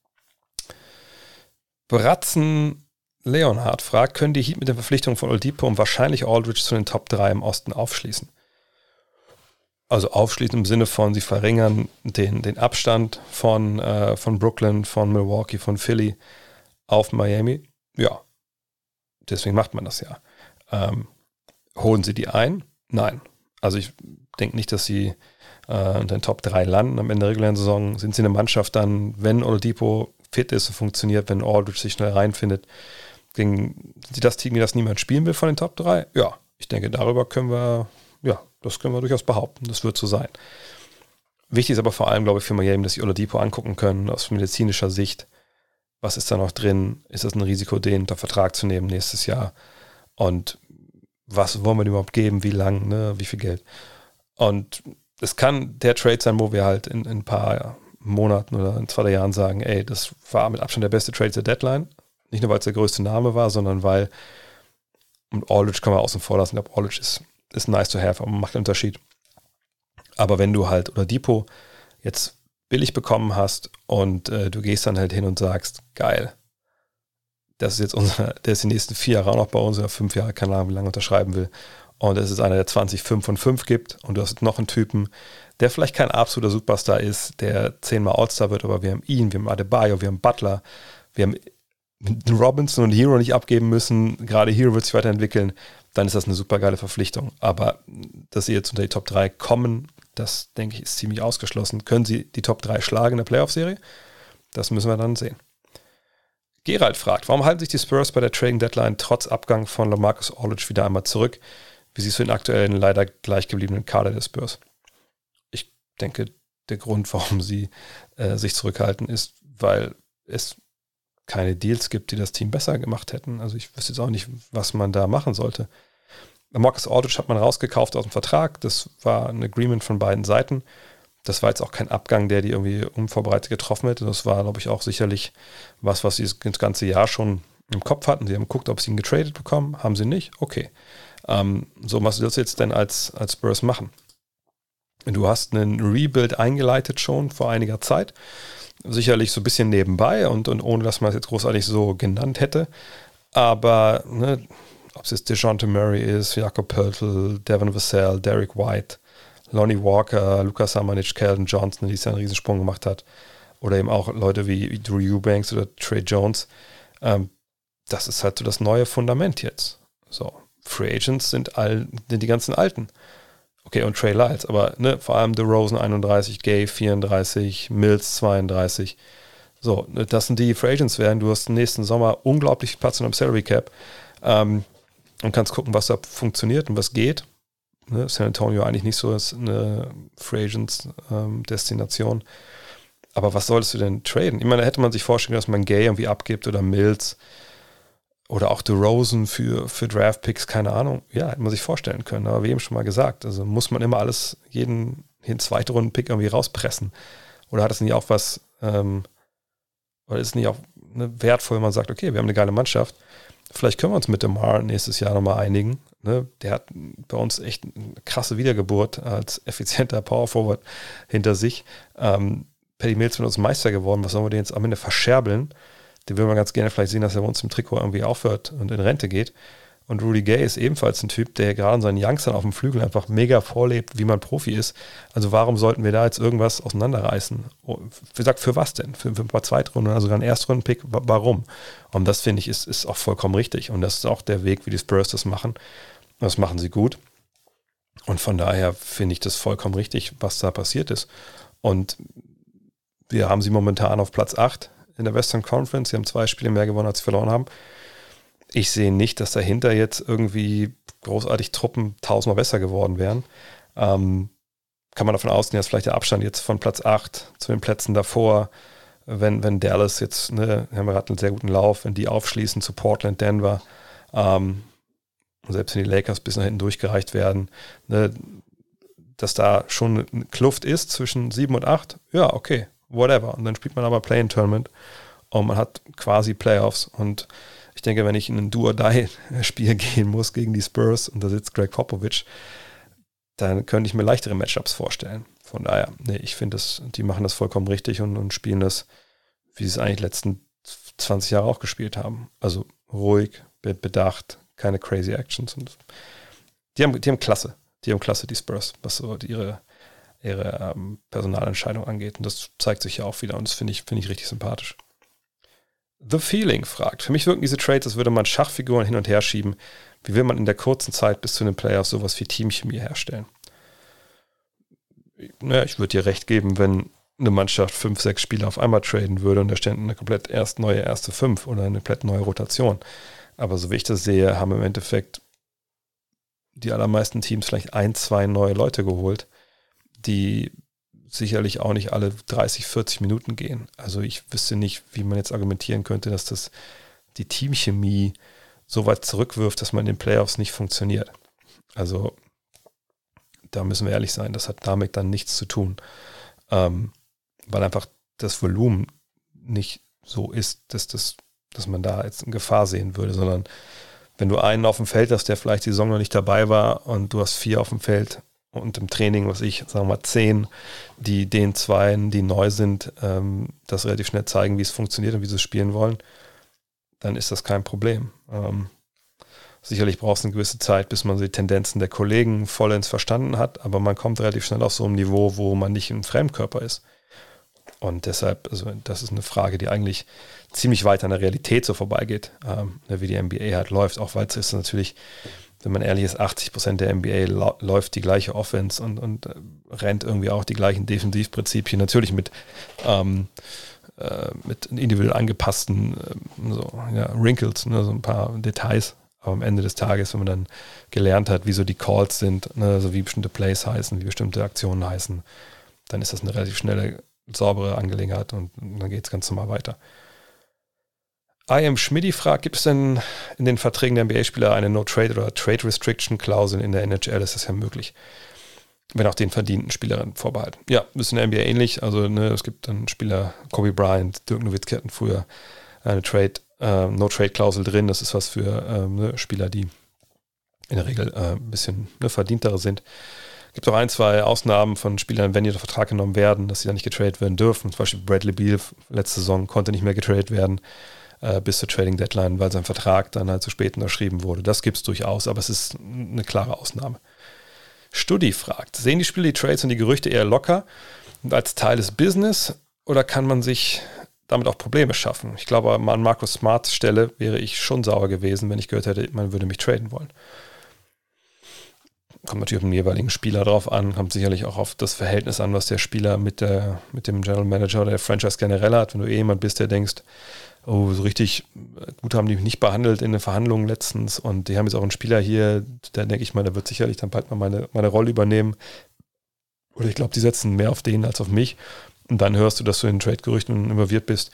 Bratzen Leonhard fragt, können die Heat mit der Verpflichtung von Oladipo und wahrscheinlich Aldridge zu den Top drei im Osten aufschließen? Also aufschließen im Sinne von, sie verringern den, den Abstand von, äh, von Brooklyn, von Milwaukee, von Philly auf Miami. Ja, deswegen macht man das ja. Ähm, Holen sie die ein? Nein. Also ich denke nicht, dass sie äh, in den Top drei landen. Am Ende der regulären Saison sind sie eine Mannschaft dann, wenn Oladipo fit ist und funktioniert, wenn Aldridge sich schnell reinfindet. Gegen, sind sie das Team, das niemand spielen will von den Top drei? Ja, ich denke, darüber können wir ja, das können wir durchaus behaupten. Das wird so sein. Wichtig ist aber vor allem, glaube ich, für Miami, dass sie Oladipo angucken können, aus medizinischer Sicht. Was ist da noch drin? Ist das ein Risiko, den unter Vertrag zu nehmen nächstes Jahr? Und was wollen wir dem überhaupt geben? Wie lang? Ne? Wie viel Geld? Und es kann der Trade sein, wo wir halt in, in ein paar Monaten oder in zwei, drei Jahren sagen, ey, das war mit Abstand der beste Trade der Deadline. Nicht nur, weil es der größte Name war, sondern weil, und Aldridge kann man außen vor lassen, ich glaube, Aldridge ist, ist nice to have, aber macht einen Unterschied. Aber wenn du halt Oladipo jetzt billig bekommen hast und äh, du gehst dann halt hin und sagst, geil, das ist jetzt unser, der ist die nächsten vier Jahre auch noch bei uns oder fünf Jahre, keine Ahnung, wie lange unterschreiben will. Und es ist einer, der zwanzig, fünf und fünf gibt und du hast noch einen Typen, der vielleicht kein absoluter Superstar ist, der zehnmal All-Star wird, aber wir haben ihn, wir haben Adebayo, wir haben Butler, wir haben Robinson und Hero nicht abgeben müssen, gerade Hero wird sich weiterentwickeln, dann ist das eine super geile Verpflichtung. Aber dass sie jetzt unter die Top drei kommen, das denke ich ist ziemlich ausgeschlossen. Können sie die Top drei schlagen in der Playoff-Serie? Das müssen wir dann sehen. Gerald fragt, warum halten sich die Spurs bei der Trading Deadline trotz Abgang von LaMarcus Aldridge wieder einmal zurück? Wie siehst du den aktuellen, leider gleichgebliebenen Kader der Spurs? Ich denke, der Grund, warum sie äh, sich zurückhalten, ist, weil es keine Deals gibt, die das Team besser gemacht hätten. Also ich wüsste jetzt auch nicht, was man da machen sollte. LaMarcus Aldridge hat man rausgekauft aus dem Vertrag. Das war ein Agreement von beiden Seiten. Das war jetzt auch kein Abgang, der die irgendwie unvorbereitet getroffen hätte. Das war, glaube ich, auch sicherlich was, was sie das ganze Jahr schon im Kopf hatten. Sie haben geguckt, ob sie ihn getradet bekommen. Haben sie nicht? Okay. Ähm, so, was willst du jetzt denn als, als Spurs machen? Du hast einen Rebuild eingeleitet schon vor einiger Zeit. Sicherlich so ein bisschen nebenbei und, und ohne, dass man es jetzt großartig so genannt hätte. Aber ne, ob es jetzt DeJounte Murray ist, Jakob Poeltl, Devin Vassell, Derek White, Lonnie Walker, Luka Samanic, Keldon Johnson, die es ja einen Riesensprung gemacht hat, oder eben auch Leute wie, wie Drew Eubanks oder Trey Jones. Ähm, das ist halt so das neue Fundament jetzt. So, Free Agents sind, all, sind die ganzen Alten. Okay, und Trey Lyles, aber ne, vor allem DeRozan einunddreißig, Gay vierunddreißig, Mills zweiunddreißig. So, das sind die Free Agents werden. Du hast nächsten Sommer unglaublich viel Platz in einem Salary Cap ähm, und kannst gucken, was da funktioniert und was geht. Ne, San Antonio eigentlich nicht so ist eine Free Agents ähm, Destination. Aber was solltest du denn traden? Ich meine, da hätte man sich vorstellen, dass man Gay irgendwie abgibt oder Mills oder auch DeRozan für, für Draft-Picks, keine Ahnung. Ja, hätte man sich vorstellen können, aber wie eben schon mal gesagt, also muss man immer alles, jeden, jeden zweiten Runden-Pick irgendwie rauspressen. Oder hat es nicht auch was, ähm, oder ist es nicht auch ne, wertvoll, wenn man sagt, okay, wir haben eine geile Mannschaft, vielleicht können wir uns mit DeMar nächstes Jahr nochmal einigen. Ne? Der hat bei uns echt eine krasse Wiedergeburt als effizienter Power-Forward hinter sich. Ähm, Patty Mills mit uns Meister geworden, was sollen wir den jetzt am Ende verscherbeln? Den will man ganz gerne vielleicht sehen, dass er bei uns im Trikot irgendwie aufhört und in Rente geht. Und Rudy Gay ist ebenfalls ein Typ, der gerade in seinen Youngstern auf dem Flügel einfach mega vorlebt, wie man Profi ist. Also warum sollten wir da jetzt irgendwas auseinanderreißen? Wie gesagt, für was denn? Für, für ein paar Zweitrunden oder sogar einen Erstrunden-Pick? Warum? Und das, finde ich, ist, ist auch vollkommen richtig. Und das ist auch der Weg, wie die Spurs das machen. Das machen sie gut. Und von daher finde ich das vollkommen richtig, was da passiert ist. Und wir haben sie momentan auf Platz acht in der Western Conference. Sie haben zwei Spiele mehr gewonnen, als sie verloren haben. Ich sehe nicht, dass dahinter jetzt irgendwie großartig Truppen tausendmal besser geworden wären. Ähm, kann man davon ausgehen, dass vielleicht der Abstand jetzt von Platz acht zu den Plätzen davor, wenn, wenn Dallas jetzt, ne, haben wir gerade einen sehr guten Lauf, wenn die aufschließen zu Portland, Denver, ähm, und selbst wenn die Lakers bis nach hinten durchgereicht werden, ne, dass da schon eine Kluft ist zwischen sieben und acht, ja, okay, whatever. Und dann spielt man aber Play-in-Tournament und man hat quasi Playoffs. Und ich denke, wenn ich in ein Do-or-Die-Spiel gehen muss gegen die Spurs und da sitzt Greg Popovich, dann könnte ich mir leichtere Matchups vorstellen. Von daher, nee, ich finde, die machen das vollkommen richtig und, und spielen das, wie sie es eigentlich die letzten zwanzig Jahre auch gespielt haben. Also ruhig, bedacht, keine crazy Actions. Und die haben, die haben Klasse. Die haben Klasse, die Spurs, was so ihre ihre ähm, Personalentscheidung angeht. Und das zeigt sich ja auch wieder und das finde ich, finde ich richtig sympathisch. The Feeling fragt, für mich wirken diese Trades, als würde man Schachfiguren hin und her schieben. Wie will man in der kurzen Zeit bis zu den Playoffs sowas wie Teamchemie herstellen? Naja, ich würde dir recht geben, wenn eine Mannschaft fünf, sechs Spieler auf einmal traden würde und da ständen eine komplett erst neue erste fünf oder eine komplett neue Rotation. Aber so wie ich das sehe, haben im Endeffekt die allermeisten Teams vielleicht ein, zwei neue Leute geholt, die sicherlich auch nicht alle dreißig, vierzig Minuten gehen. Also ich wüsste nicht, wie man jetzt argumentieren könnte, dass das die Teamchemie so weit zurückwirft, dass man in den Playoffs nicht funktioniert. Also da müssen wir ehrlich sein, das hat damit dann nichts zu tun, ähm, weil einfach das Volumen nicht so ist, dass, das, dass man da jetzt in Gefahr sehen würde, sondern wenn du einen auf dem Feld hast, der vielleicht die Saison noch nicht dabei war und du hast vier auf dem Feld und im Training, was ich, sagen wir mal zehn, die den Zweien, die neu sind, ähm, das relativ schnell zeigen, wie es funktioniert und wie sie es spielen wollen, dann ist das kein Problem. Ähm, sicherlich braucht es eine gewisse Zeit, bis man die Tendenzen der Kollegen vollends verstanden hat, aber man kommt relativ schnell auf so ein Niveau, wo man nicht ein Fremdkörper ist. Und deshalb, also das ist eine Frage, die eigentlich ziemlich weit an der Realität so vorbeigeht, ähm, wie die N B A halt läuft, auch weil es ist natürlich, wenn man ehrlich ist, achtzig Prozent der N B A lau- läuft die gleiche Offense und, und äh, rennt irgendwie auch die gleichen Defensivprinzipien, natürlich mit ähm, äh, mit individuell angepassten äh, so, ja, Wrinkles, ne, so ein paar Details, aber am Ende des Tages, wenn man dann gelernt hat, wie so die Calls sind, ne, also wie bestimmte Plays heißen, wie bestimmte Aktionen heißen, dann ist das eine relativ schnelle, saubere Angelegenheit und dann geht es ganz normal weiter. I am Schmidti fragt, gibt es denn in den Verträgen der N B A-Spieler eine No-Trade- oder Trade-Restriction-Klausel? In der N H L ist das ja möglich, wenn auch den verdienten Spielern vorbehalten. Ja, ist in der N B A ähnlich. Also ne, es gibt dann Spieler, Kobe Bryant, Dirk Nowitzki hatten früher eine Trade, äh, No-Trade-Klausel drin. Das ist was für ähm, ne, Spieler, die in der Regel äh, ein bisschen ne, verdientere sind. Es gibt auch ein, zwei Ausnahmen von Spielern, wenn die unter Vertrag genommen werden, dass sie dann nicht getradet werden dürfen. Zum Beispiel Bradley Beal letzte Saison konnte nicht mehr getradet werden äh, bis zur Trading Deadline, weil sein Vertrag dann halt zu spät unterschrieben wurde. Das gibt es durchaus, aber es ist eine klare Ausnahme. Studi fragt, sehen die Spieler die Trades und die Gerüchte eher locker und als Teil des Business oder kann man sich damit auch Probleme schaffen? Ich glaube, an Marcus Smarts Stelle wäre ich schon sauer gewesen, wenn ich gehört hätte, man würde mich traden wollen. Kommt natürlich auf den jeweiligen Spieler drauf an, kommt sicherlich auch auf das Verhältnis an, was der Spieler mit, der, mit dem General Manager oder der Franchise generell hat. Wenn du eh jemand bist, der denkst, oh, so richtig gut haben die mich nicht behandelt in den Verhandlungen letztens und die haben jetzt auch einen Spieler hier, da denke ich mal, der wird sicherlich dann bald mal meine, meine Rolle übernehmen. Oder ich glaube, die setzen mehr auf den als auf mich. Und dann hörst du, dass du in Trade-Gerüchten involviert bist.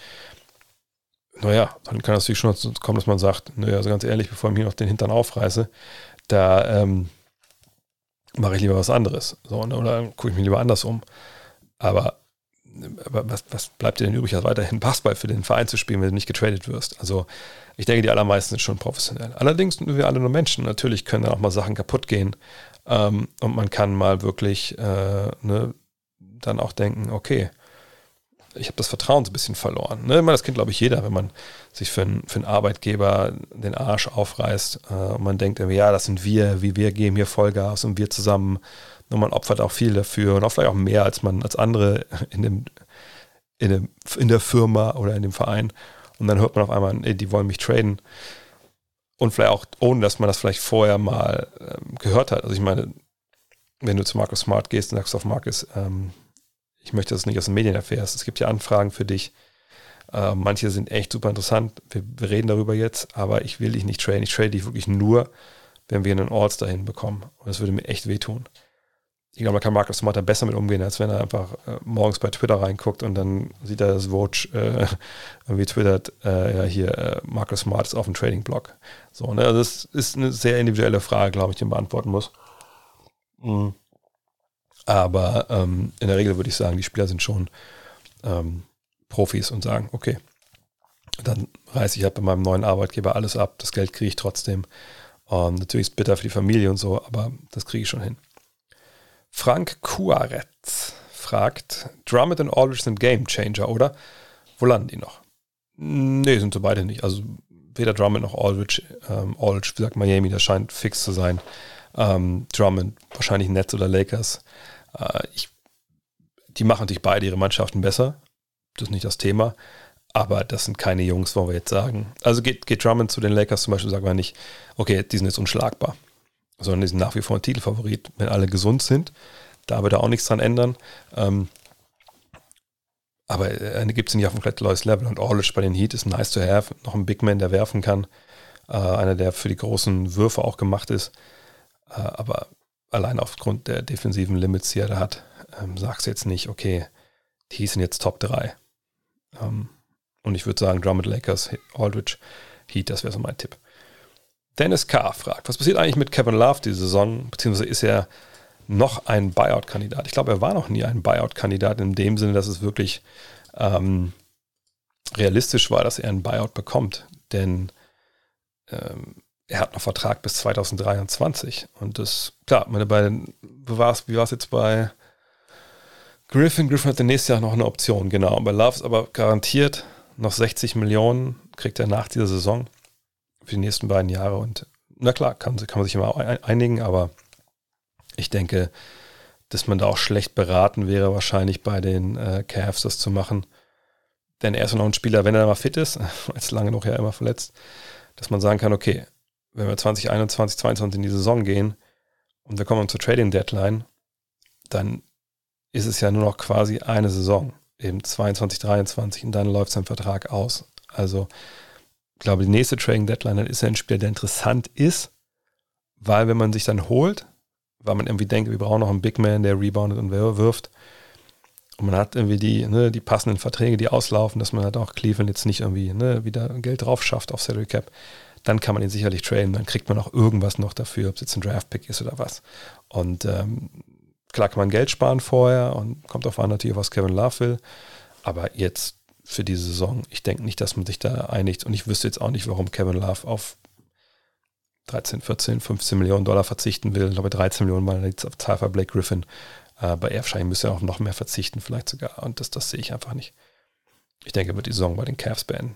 Naja, dann kann es natürlich schon kommen, dass man sagt, naja, also ganz ehrlich, bevor ich mir noch den Hintern aufreiße, da ähm, mache ich lieber was anderes. So, oder gucke ich mich lieber anders um. Aber, aber was, was bleibt dir denn übrig, als weiterhin Basketball für den Verein zu spielen, wenn du nicht getradet wirst? Also ich denke, die allermeisten sind schon professionell. Allerdings sind wir alle nur Menschen. Natürlich können dann auch mal Sachen kaputt gehen. Ähm, und man kann mal wirklich äh, ne, dann auch denken, okay, ich habe das Vertrauen so ein bisschen verloren. Ne? Das kennt, glaube ich, jeder, wenn man sich für einen, für einen Arbeitgeber den Arsch aufreißt äh, und man denkt, ja, das sind wir, wie wir geben hier Vollgas und wir zusammen. Und man opfert auch viel dafür und auch vielleicht auch mehr, als man als andere in, dem, in, dem, in der Firma oder in dem Verein. Und dann hört man auf einmal, ey, die wollen mich traden. Und vielleicht auch, ohne dass man das vielleicht vorher mal ähm, gehört hat. Also ich meine, wenn du zu Marcus Smart gehst und sagst auf Marcus, ähm, ich möchte, dass du nicht aus den Medien erfährst. Es gibt ja Anfragen für dich. Äh, manche sind echt super interessant. Wir, wir reden darüber jetzt, aber ich will dich nicht traden. Ich trade dich wirklich nur, wenn wir einen All-Star hinbekommen. Und das würde mir echt wehtun. Ich glaube, man kann Marcus Smart da besser mit umgehen, als wenn er einfach äh, morgens bei Twitter reinguckt und dann sieht er das Vogue äh, irgendwie twittert, äh, ja hier, äh, Marcus Smart ist auf dem Trading-Blog. So, ne? Also das ist eine sehr individuelle Frage, glaube ich, die man beantworten muss. Mhm. Aber ähm, in der Regel würde ich sagen, die Spieler sind schon ähm, Profis und sagen, okay, dann reiße ich halt bei meinem neuen Arbeitgeber alles ab, das Geld kriege ich trotzdem. Und natürlich ist es bitter für die Familie und so, aber das kriege ich schon hin. Frank Kuaretz fragt, Drummond und Aldridge sind Game Changer, oder? Wo landen die noch? Nee, sind so beide nicht. Also weder Drummond noch Aldridge. Ähm, Aldridge, wie gesagt, Miami, das scheint fix zu sein. Ähm, Drummond, wahrscheinlich Nets oder Lakers. Äh, ich, die machen natürlich beide ihre Mannschaften besser. Das ist nicht das Thema. Aber das sind keine Jungs, wollen wir jetzt sagen. Also geht, geht Drummond zu den Lakers zum Beispiel, sagen wir nicht, okay, die sind jetzt unschlagbar. Sondern die sind nach wie vor ein Titelfavorit. Wenn alle gesund sind, da wird er auch nichts dran ändern. Ähm, aber eine gibt es nicht auf einem komplett neues Level. Und Aldridge bei den Heat ist nice to have. Noch ein Big Man, der werfen kann. Äh, einer, der für die großen Würfe auch gemacht ist. Äh, aber allein aufgrund der defensiven Limits, die er da hat, ähm, sagst du jetzt nicht, okay, die sind jetzt Top drei. Ähm, und ich würde sagen, Drummond, Lakers, Aldridge, Heat, das wäre so mein Tipp. Dennis K. fragt, was passiert eigentlich mit Kevin Love diese Saison, beziehungsweise ist er noch ein Buyout-Kandidat? Ich glaube, er war noch nie ein Buyout-Kandidat in dem Sinne, dass es wirklich ähm, realistisch war, dass er einen Buyout bekommt, denn ähm, er hat noch Vertrag bis zwanzig dreiundzwanzig und das, klar, meine bei, wie war es wie war's jetzt bei Griffin? Griffin hat nächstes Jahr noch eine Option, genau, bei Love ist aber garantiert noch sechzig Millionen, kriegt er nach dieser Saison für die nächsten beiden Jahre und na klar, kann, kann man sich immer einigen, aber ich denke, dass man da auch schlecht beraten wäre, wahrscheinlich bei den äh, Cavs das zu machen. Denn er ist ja noch ein Spieler, wenn er mal fit ist, jetzt lange noch ja immer verletzt, dass man sagen kann, okay, wenn wir zwanzig einundzwanzig, zweiundzwanzig in die Saison gehen und wir kommen zur Trading Deadline, dann ist es ja nur noch quasi eine Saison, eben zweiundzwanzig, dreiundzwanzig und dann läuft sein Vertrag aus. Also ich glaube, die nächste Trading Deadline, dann ist er ein Spieler, der interessant ist, weil wenn man sich dann holt, weil man irgendwie denkt, wir brauchen noch einen Big Man, der reboundet und wirft. Und man hat irgendwie die, ne, die passenden Verträge, die auslaufen, dass man halt auch Cleveland jetzt nicht irgendwie ne, wieder Geld drauf schafft auf Salary Cap. Dann kann man ihn sicherlich traden, dann kriegt man auch irgendwas noch dafür, ob es jetzt ein Draft-Pick ist oder was. Und ähm, klar kann man Geld sparen vorher und kommt auf an natürlich, was Kevin Love will. Aber jetzt für diese Saison, ich denke nicht, dass man sich da einigt. Und ich wüsste jetzt auch nicht, warum Kevin Love auf dreizehn, vierzehn, fünfzehn Millionen Dollar verzichten will. Ich glaube, dreizehn Millionen Mal jetzt auf Zahl für Blake Griffin. Äh, bei Erfschein müsste er auch noch mehr verzichten, vielleicht sogar. Und das, das sehe ich einfach nicht. Ich denke, er wird die Saison bei den Cavs beenden.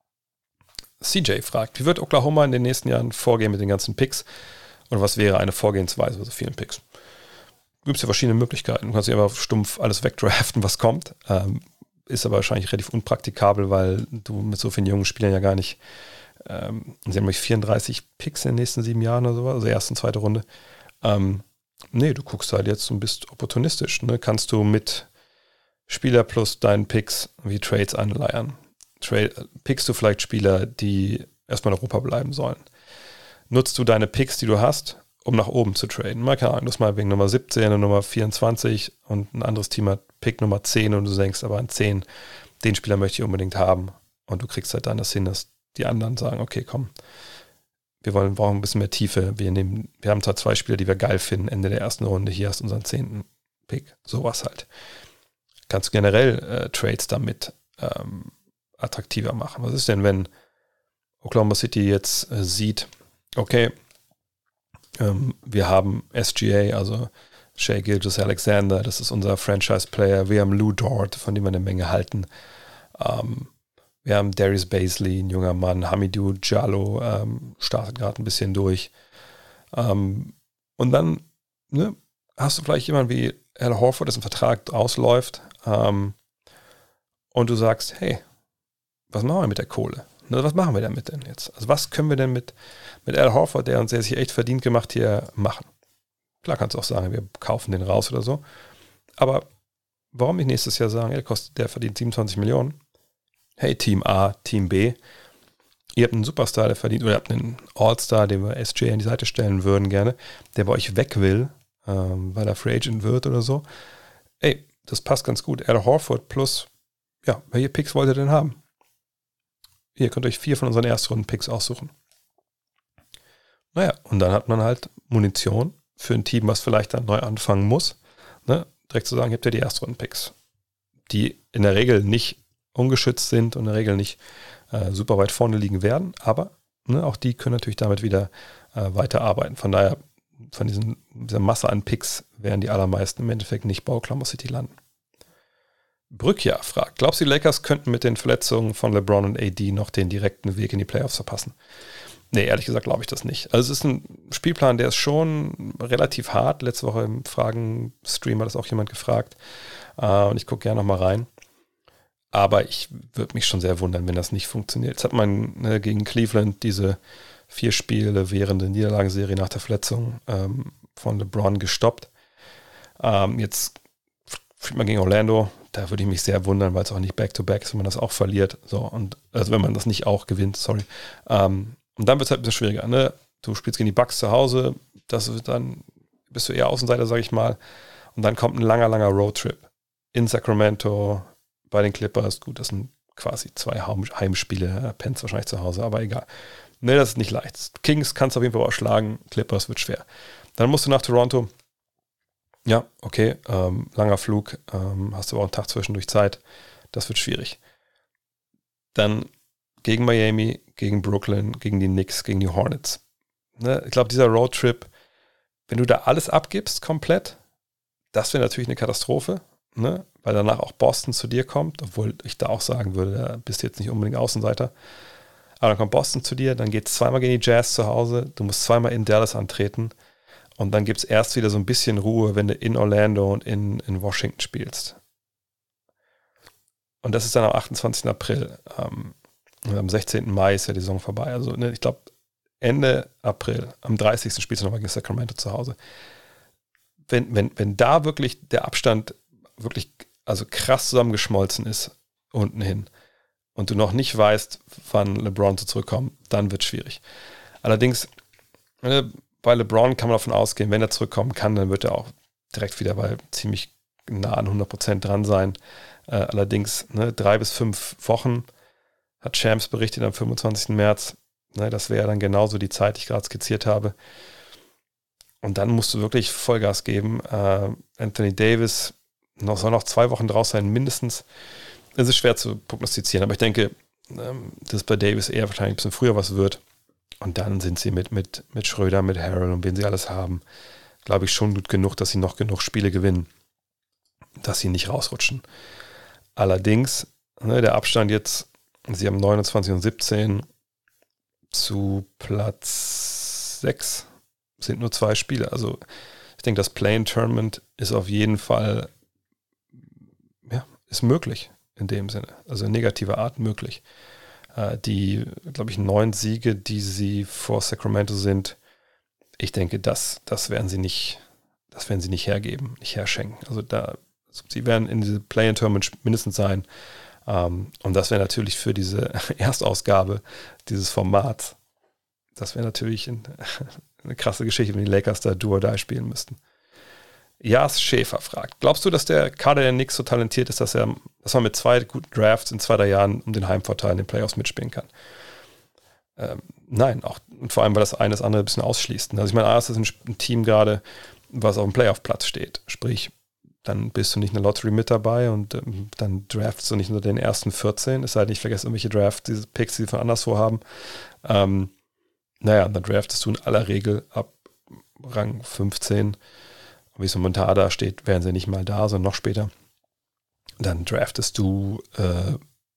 C J fragt, wie wird Oklahoma in den nächsten Jahren vorgehen mit den ganzen Picks? Und was wäre eine Vorgehensweise bei so vielen Picks? Gibt es ja verschiedene Möglichkeiten. Du kannst ja einfach stumpf alles wegdraften, was kommt. Ähm, ist aber wahrscheinlich relativ unpraktikabel, weil du mit so vielen jungen Spielern ja gar nicht Ähm, sie haben vierunddreißig Picks in den nächsten sieben Jahren oder so, also erste und zweite Runde. Ähm, nee, du guckst halt jetzt und bist opportunistisch. Ne? Kannst du mit Spieler plus deinen Picks wie Trades anleiern. Trade, pickst du vielleicht Spieler, die erstmal in Europa bleiben sollen. Nutzt du deine Picks, die du hast, um nach oben zu traden. Mal keine Ahnung, du hast mal wegen Nummer siebzehn und Nummer vierundzwanzig und ein anderes Team hat Pick Nummer zehn und du denkst aber an zehn, den Spieler möchte ich unbedingt haben. Und du kriegst halt dann das hin, dass die anderen sagen, okay, komm, wir wollen, brauchen ein bisschen mehr Tiefe. Wir nehmen, wir haben zwar zwei Spieler, die wir geil finden, Ende der ersten Runde, hier hast du unseren zehnten Pick. Sowas halt. Kannst du generell äh, Trades damit ähm, attraktiver machen. Was ist denn, wenn Oklahoma City jetzt äh, sieht, okay, ähm, wir haben S G A, also Shai Gilgeous-Alexander, das ist unser Franchise-Player, wir haben Lou Dort, von dem wir eine Menge halten, ähm, wir haben Darius Bazley, ein junger Mann, Hamidou Diallo ähm, startet gerade ein bisschen durch. Ähm, und dann ne, hast du vielleicht jemanden wie Al Horford, dessen Vertrag ausläuft ähm, und du sagst, hey, was machen wir mit der Kohle? Ne, was machen wir damit denn jetzt? Also was können wir denn mit, mit Al Horford, der uns der sich echt verdient gemacht hier, machen? Klar kannst du auch sagen, wir kaufen den raus oder so. Aber warum nicht nächstes Jahr sagen, der, kostet, der verdient siebenundzwanzig Millionen? Hey, Team A, Team B, ihr habt einen Superstar, der verdient, oder ihr habt einen All-Star, den wir S J an die Seite stellen würden gerne, der bei euch weg will, ähm, weil er Free Agent wird oder so. Ey, das passt ganz gut. Al Horford plus, ja, welche Picks wollt ihr denn haben? Ihr könnt euch vier von unseren Erstrunden-Picks aussuchen. Naja, und dann hat man halt Munition für ein Team, was vielleicht dann neu anfangen muss, ne? Direkt zu sagen, ihr habt ja die Erstrunden-Picks, die in der Regel nicht ungeschützt sind und in der Regel nicht äh, super weit vorne liegen werden, aber ne, auch die können natürlich damit wieder äh, weiterarbeiten. Von daher, von diesen, dieser Masse an Picks werden die allermeisten im Endeffekt nicht bei Oklahoma City landen. Brückja fragt, glaubst du, die Lakers könnten mit den Verletzungen von LeBron und A D noch den direkten Weg in die Playoffs verpassen? Nee, ehrlich gesagt glaube ich das nicht. Also es ist ein Spielplan, der ist schon relativ hart. Letzte Woche im Fragen-Stream hat das auch jemand gefragt. Äh, und ich gucke gerne nochmal rein. Aber ich würde mich schon sehr wundern, wenn das nicht funktioniert. Jetzt hat man ne, gegen Cleveland diese vier Spiele während der Niederlagenserie nach der Verletzung ähm, von LeBron gestoppt. Ähm, jetzt spielt man gegen Orlando. Da würde ich mich sehr wundern, weil es auch nicht Back-to-Back ist, wenn man das auch verliert. So, und also wenn man das nicht auch gewinnt, sorry. Ähm, und dann wird es halt ein bisschen schwieriger. Ne? du spielst gegen die Bucks zu Hause, das ist dann bist du eher Außenseiter, sage ich mal. Und dann kommt ein langer, langer Roadtrip in Sacramento bei den Clippers. Gut, das sind quasi zwei Heimspiele, Pens wahrscheinlich zu Hause, aber egal. Nee, das ist nicht leicht. Kings kannst du auf jeden Fall auch schlagen, Clippers wird schwer. Dann musst du nach Toronto. Ja, okay, ähm, langer Flug, ähm, hast du aber auch einen Tag zwischendurch Zeit. Das wird schwierig. Dann gegen Miami, gegen Brooklyn, gegen die Knicks, gegen die Hornets. Ne, ich glaube, dieser Roadtrip, wenn du da alles abgibst, komplett, das wäre natürlich eine Katastrophe, ne? Weil danach auch Boston zu dir kommt, obwohl ich da auch sagen würde, da bist du jetzt nicht unbedingt Außenseiter. Aber dann kommt Boston zu dir, dann geht es zweimal gegen die Jazz zu Hause, du musst zweimal in Dallas antreten und dann gibt es erst wieder so ein bisschen Ruhe, wenn du in Orlando und in, in Washington spielst. Und das ist dann am achtundzwanzigsten April. Ähm, am sechzehnten Mai ist ja die Saison vorbei. Also ne, ich glaube, Ende April, am dreißigsten spielst du nochmal gegen Sacramento zu Hause. Wenn, wenn, wenn da wirklich der Abstand wirklich also krass zusammengeschmolzen ist, unten hin, und du noch nicht weißt, wann LeBron so zurückkommt, dann wird es schwierig. Allerdings, bei LeBron kann man davon ausgehen, wenn er zurückkommen kann, dann wird er auch direkt wieder bei ziemlich nah an hundert Prozent dran sein. Äh, allerdings ne, drei bis fünf Wochen hat Shams berichtet am fünfundzwanzigsten März. Ne, das wäre dann genauso die Zeit, die ich gerade skizziert habe. Und dann musst du wirklich Vollgas geben. Äh, Anthony Davis noch, soll noch zwei Wochen draus sein, mindestens. Es ist schwer zu prognostizieren, aber ich denke, ähm, dass bei Davis eher wahrscheinlich ein bisschen früher was wird. Und dann sind sie mit, mit, mit Schröder, mit Harrell und wen sie alles haben, glaube ich, schon gut genug, dass sie noch genug Spiele gewinnen, dass sie nicht rausrutschen. Allerdings, ne, der Abstand jetzt, sie haben neunundzwanzig und siebzehn zu Platz sechs, sind nur zwei Spiele. Also ich denke, das Play-in-Tournament ist auf jeden Fall, ja, ist möglich in dem Sinne. Also in negativer Art möglich. Äh, die, glaube ich, neun Siege, die sie vor Sacramento sind, ich denke, das, das werden sie nicht, das werden sie nicht hergeben, nicht herschenken. Also da, sie werden in diese Play-in-Tournament mindestens sein. Um, und das wäre natürlich für diese Erstausgabe dieses Formats, das wäre natürlich ein, eine krasse Geschichte, wenn die Lakers da Do or Die spielen müssten. Jas Schäfer fragt, glaubst du, dass der Kader der Knicks so talentiert ist, dass er, dass man mit zwei guten Drafts in zwei, drei Jahren um den Heimvorteil in den Playoffs mitspielen kann? Ähm, nein, auch, und vor allem, weil das eine das andere ein bisschen ausschließt. Also ich meine, A ist das ein, ein Team gerade, was auf dem Playoff-Platz steht, sprich, dann bist du nicht in der Lottery mit dabei und ähm, dann draftst du nicht nur den ersten vierzehn, es sei denn, ich vergesse irgendwelche Drafts, diese Picks, die sie von anderswo haben. Ähm, naja, dann draftest du in aller Regel ab Rang fünfzehn. Wie es momentan da steht, wären sie nicht mal da, sondern noch später. Dann draftest du äh,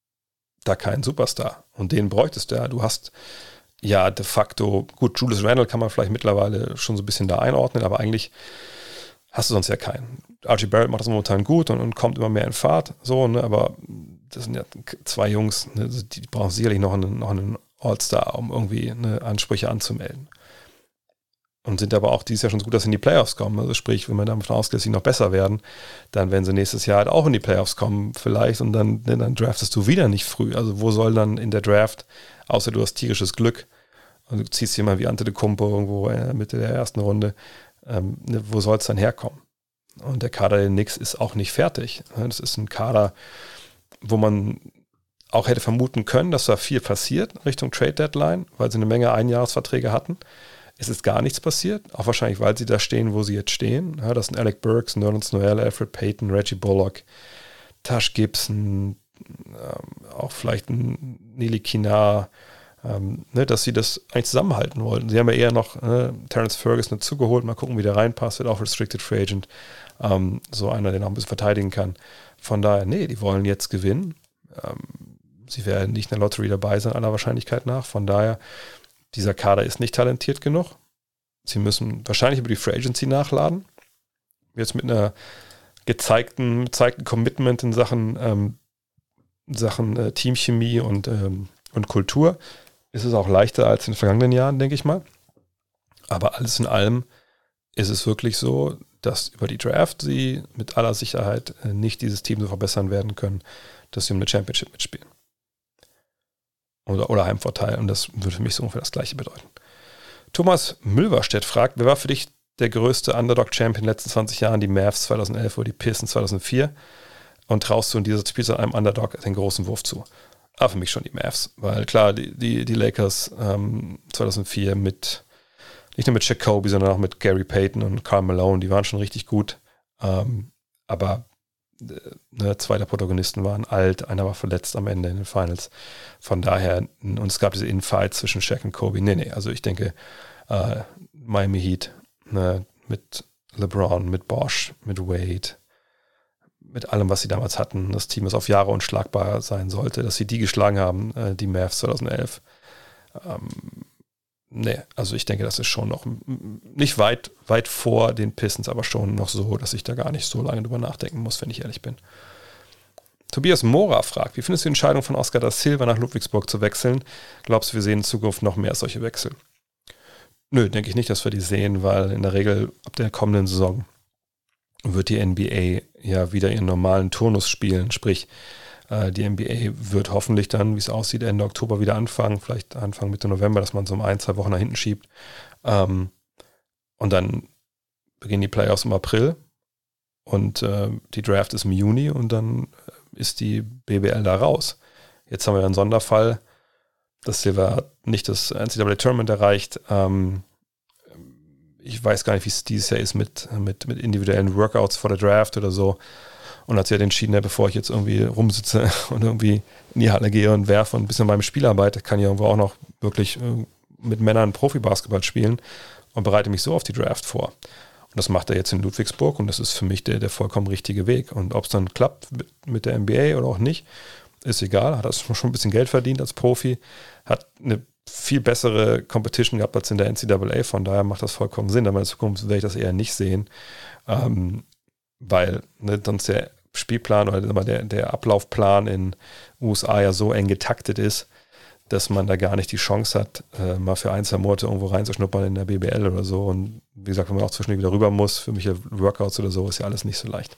da keinen Superstar. Und den bräuchtest du ja. Du hast ja de facto, gut, Julius Randle kann man vielleicht mittlerweile schon so ein bisschen da einordnen, aber eigentlich hast du sonst ja keinen. R J Barrett macht das momentan gut und, und kommt immer mehr in Fahrt, so, ne, aber das sind ja zwei Jungs, ne, die brauchen sicherlich noch einen, noch einen All-Star, um irgendwie ne, Ansprüche anzumelden. Und sind aber auch dieses Jahr schon so gut, dass sie in die Playoffs kommen. Also sprich, wenn man davon ausgeht, dass sie noch besser werden, dann werden sie nächstes Jahr halt auch in die Playoffs kommen vielleicht und dann, ne, dann draftest du wieder nicht früh. Also wo soll dann in der Draft, außer du hast tierisches Glück und du ziehst jemanden wie Antetokounmpo irgendwo in der Mitte der ersten Runde, ähm, ne, wo soll es dann herkommen? Und der Kader der Knicks ist auch nicht fertig. Das ist ein Kader, wo man auch hätte vermuten können, dass da viel passiert Richtung Trade Deadline, weil sie eine Menge Einjahresverträge hatten. Es ist gar nichts passiert, auch wahrscheinlich, weil sie da stehen, wo sie jetzt stehen. Ja, das sind Alec Burks, Nerlens Noel, Alfred Payton, Reggie Bullock, Tash Gibson, ähm, auch vielleicht ein Nili Kinar, ähm, ne, dass sie das eigentlich zusammenhalten wollten. Sie haben ja eher noch äh, Terrence Ferguson dazugeholt, mal gucken, wie der reinpasst, wird auch Restricted Free Agent. Ähm, so einer, der noch ein bisschen verteidigen kann. Von daher, nee, die wollen jetzt gewinnen. Ähm, sie werden nicht in der Lottery dabei sein, aller Wahrscheinlichkeit nach. Von daher, dieser Kader ist nicht talentiert genug. Sie müssen wahrscheinlich über die Free Agency nachladen. Jetzt mit einer gezeigten, gezeigten Commitment in Sachen, ähm, Sachen äh, Teamchemie und, ähm, und Kultur ist es auch leichter als in den vergangenen Jahren, denke ich mal. Aber alles in allem ist es wirklich so, dass über die Draft sie mit aller Sicherheit äh, nicht dieses Team so verbessern werden können, dass sie um eine Championship mitspielen. Oder, oder Heimvorteil. Und das würde für mich so ungefähr das Gleiche bedeuten. Thomas Mülverstedt fragt, wer war für dich der größte Underdog-Champion in den letzten zwanzig Jahren? Die Mavs zweitausendelf oder die Pistons zweitausendvier? Und traust du in dieser Spielzeit einem Underdog den großen Wurf zu? Aber für mich schon die Mavs, weil klar, die, die, die Lakers ähm, zweitausendvier mit, nicht nur mit Jacoby, sondern auch mit Gary Payton und Karl Malone, die waren schon richtig gut. Ähm, aber äh, ne, zwei der Protagonisten waren alt, einer war verletzt am Ende in den Finals. Von daher, und es gab diese Infights zwischen Shaq und Kobe. Nee, nee, also ich denke, äh, Miami Heat ne, mit LeBron, mit Bosh, mit Wade, mit allem, was sie damals hatten, das Team, das auf Jahre unschlagbar sein sollte, dass sie die geschlagen haben, äh, die Mavs zweitausendelf. Ähm, nee, also ich denke, das ist schon noch nicht weit, weit vor den Pistons, aber schon noch so, dass ich da gar nicht so lange drüber nachdenken muss, wenn ich ehrlich bin. Tobias Mora fragt, wie findest du die Entscheidung von Oscar da Silva nach Ludwigsburg zu wechseln? Glaubst du, wir sehen in Zukunft noch mehr solche Wechsel? Nö, denke ich nicht, dass wir die sehen, weil in der Regel ab der kommenden Saison wird die N B A ja wieder ihren normalen Turnus spielen. Sprich, äh, die N B A wird hoffentlich dann, wie es aussieht, Ende Oktober wieder anfangen, vielleicht Anfang Mitte November, dass man so um ein, zwei Wochen nach hinten schiebt. Ähm, und dann beginnen die Playoffs im April und äh, die Draft ist im Juni und dann ist die B B L da raus. Jetzt haben wir einen Sonderfall, dass Silver nicht das N C double A-Tournament erreicht. Ähm, Ich weiß gar nicht, wie es dieses Jahr ist mit, mit, mit individuellen Workouts vor der Draft oder so. Und hat sich halt entschieden, ja, bevor ich jetzt irgendwie rumsitze und irgendwie in die Halle gehe und werfe und ein bisschen beim Spiel arbeite, kann ich irgendwo auch noch wirklich mit Männern Profi-Basketball spielen und bereite mich so auf die Draft vor. Und das macht er jetzt in Ludwigsburg und das ist für mich der, der vollkommen richtige Weg. Und ob es dann klappt mit, mit der N B A oder auch nicht, ist egal. Hat er schon ein bisschen Geld verdient als Profi, hat eine viel bessere Competition gehabt als in der N C double A, von daher macht das vollkommen Sinn, aber in der Zukunft werde ich das eher nicht sehen, ähm, weil ne, sonst der Spielplan oder der, der Ablaufplan in U S A ja so eng getaktet ist, dass man da gar nicht die Chance hat, äh, mal für ein, zwei Monate irgendwo reinzuschnuppern in der B B L oder so und wie gesagt, wenn man auch zwischendurch wieder rüber muss, für mich Workouts oder so, ist ja alles nicht so leicht.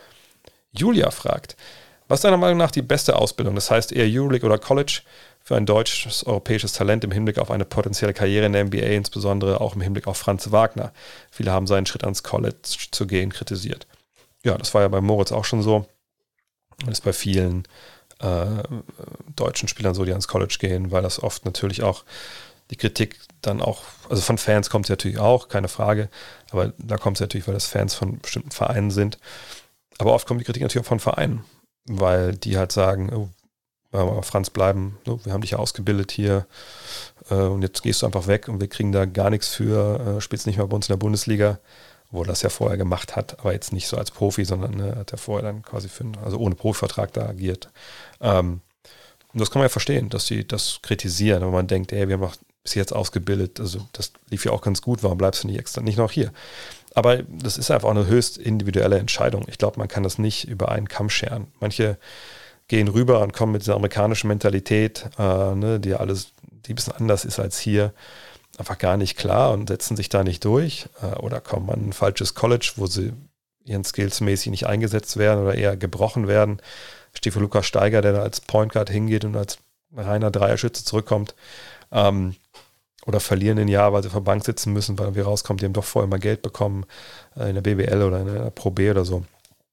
Julia fragt, was ist deiner Meinung nach die beste Ausbildung? Das heißt eher Euroleague oder College für ein deutsches, europäisches Talent im Hinblick auf eine potenzielle Karriere in der N B A, insbesondere auch im Hinblick auf Franz Wagner. Viele haben seinen Schritt ans College zu gehen kritisiert. Ja, das war ja bei Moritz auch schon so. Und ist bei vielen äh, deutschen Spielern so, die ans College gehen, weil das oft natürlich auch die Kritik dann auch, also von Fans kommt es natürlich auch, keine Frage, aber da kommt es natürlich, weil das Fans von bestimmten Vereinen sind. Aber oft kommt die Kritik natürlich auch von Vereinen, weil die halt sagen, oh, aber Franz bleiben, wir haben dich ja ausgebildet hier äh, und jetzt gehst du einfach weg und wir kriegen da gar nichts für, äh, spielst nicht mal bei uns in der Bundesliga, wo er das ja vorher gemacht hat, aber jetzt nicht so als Profi, sondern ne, hat er vorher dann quasi für, also ohne Profivertrag da agiert. Ähm, und das kann man ja verstehen, dass sie das kritisieren, wenn man denkt, ey, wir haben doch bis jetzt ausgebildet, also das lief ja auch ganz gut, warum bleibst du nicht extra, nicht noch hier? Aber das ist einfach eine höchst individuelle Entscheidung. Ich glaube, man kann das nicht über einen Kamm scheren. Manche gehen rüber und kommen mit dieser amerikanischen Mentalität, äh, ne, die alles, die ein bisschen anders ist als hier, einfach gar nicht klar und setzen sich da nicht durch äh, oder kommen an ein falsches College, wo sie ihren Skills mäßig nicht eingesetzt werden oder eher gebrochen werden. Steht für Lukas Steiger, der da als Point Guard hingeht und als reiner Dreierschütze zurückkommt. Ähm, oder verlieren ein Jahr, weil sie auf der Bank sitzen müssen, weil wir rauskommen, die haben doch vorher mal Geld bekommen äh, in der B B L oder in der Pro B oder so.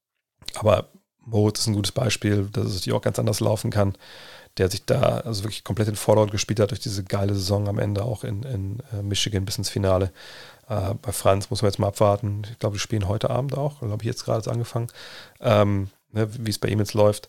Aber Moritz ist ein gutes Beispiel, dass es natürlich auch ganz anders laufen kann, der sich da also wirklich komplett in den Vordergrund gespielt hat durch diese geile Saison am Ende auch in, in äh, Michigan bis ins Finale. Äh, bei Franz muss man jetzt mal abwarten. Ich glaube, die spielen heute Abend auch, glaube ich, jetzt gerade angefangen, ähm, ne, wie es bei ihm jetzt läuft.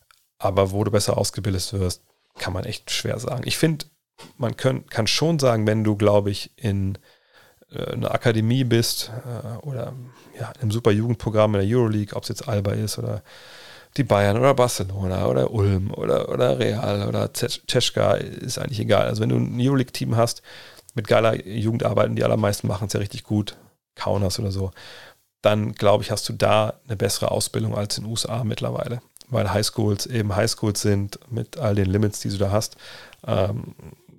Aber wo du besser ausgebildet wirst, kann man echt schwer sagen. Ich finde, man können, kann schon sagen, wenn du, glaube ich, in äh, einer Akademie bist äh, oder ja, im Super-Jugendprogramm in der Euroleague, ob es jetzt Alba ist oder die Bayern oder Barcelona oder Ulm oder, oder Real oder Ceska, ist eigentlich egal. Also wenn du ein Euroleague-Team hast mit geiler Jugendarbeit und die allermeisten machen es ja richtig gut, Kaunas oder so, dann glaube ich, hast du da eine bessere Ausbildung als in den U S A mittlerweile, weil Highschools eben Highschools sind mit all den Limits, die du da hast. Ähm,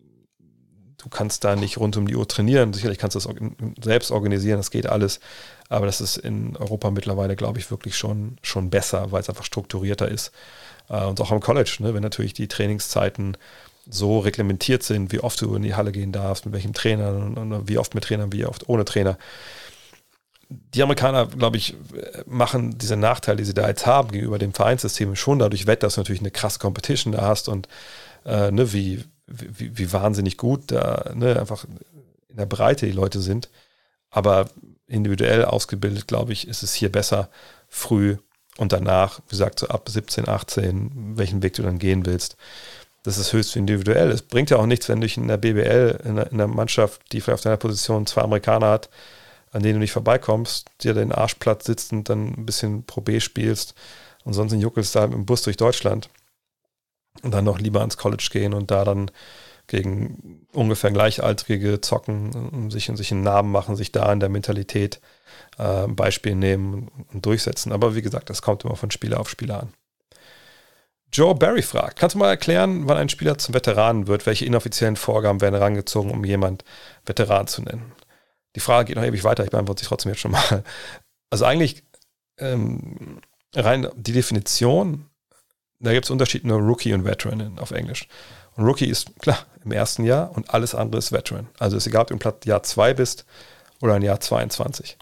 du kannst da nicht rund um die Uhr trainieren, sicherlich kannst du das selbst organisieren, das geht alles, aber das ist in Europa mittlerweile, glaube ich, wirklich schon, schon besser, weil es einfach strukturierter ist. Äh, und auch am College, ne, wenn natürlich die Trainingszeiten so reglementiert sind, wie oft du in die Halle gehen darfst, mit welchem Trainer und, und wie oft mit Trainern, wie oft ohne Trainer. Die Amerikaner, glaube ich, machen diese Nachteile, die sie da jetzt haben gegenüber dem Vereinssystem schon dadurch wett, dass du natürlich eine krasse Competition da hast und äh, ne, wie, wie, wie wahnsinnig gut da ne, einfach in der Breite die Leute sind. Aber individuell ausgebildet, glaube ich, ist es hier besser, früh und danach, wie gesagt, so ab siebzehn, achtzehn, welchen Weg du dann gehen willst. Das ist höchst individuell. Es bringt ja auch nichts, wenn du in der B B L, in einer, in einer Mannschaft, die vielleicht auf deiner Position zwei Amerikaner hat, an denen du nicht vorbeikommst, dir den Arsch platt sitzt und dann ein bisschen Pro B spielst und sonst juckelst da mit dem Bus durch Deutschland und dann noch lieber ans College gehen und da dann gegen ungefähr Gleichaltrige zocken und sich, und sich einen Namen machen, sich da in der Mentalität äh, ein Beispiel nehmen und durchsetzen. Aber wie gesagt, das kommt immer von Spieler auf Spieler an. Joe Barry fragt, kannst du mal erklären, wann ein Spieler zum Veteranen wird? Welche inoffiziellen Vorgaben werden herangezogen, um jemand Veteran zu nennen? Die Frage geht noch ewig weiter, ich beantworte sie trotzdem jetzt schon mal. Also eigentlich ähm, rein die Definition, da gibt es Unterschied nur Rookie und Veteran auf Englisch. Und Rookie ist, klar, im ersten Jahr und alles andere ist Veteran. Also ist egal, ob du im Jahr zwei bist oder im Jahr zweiundzwanzig.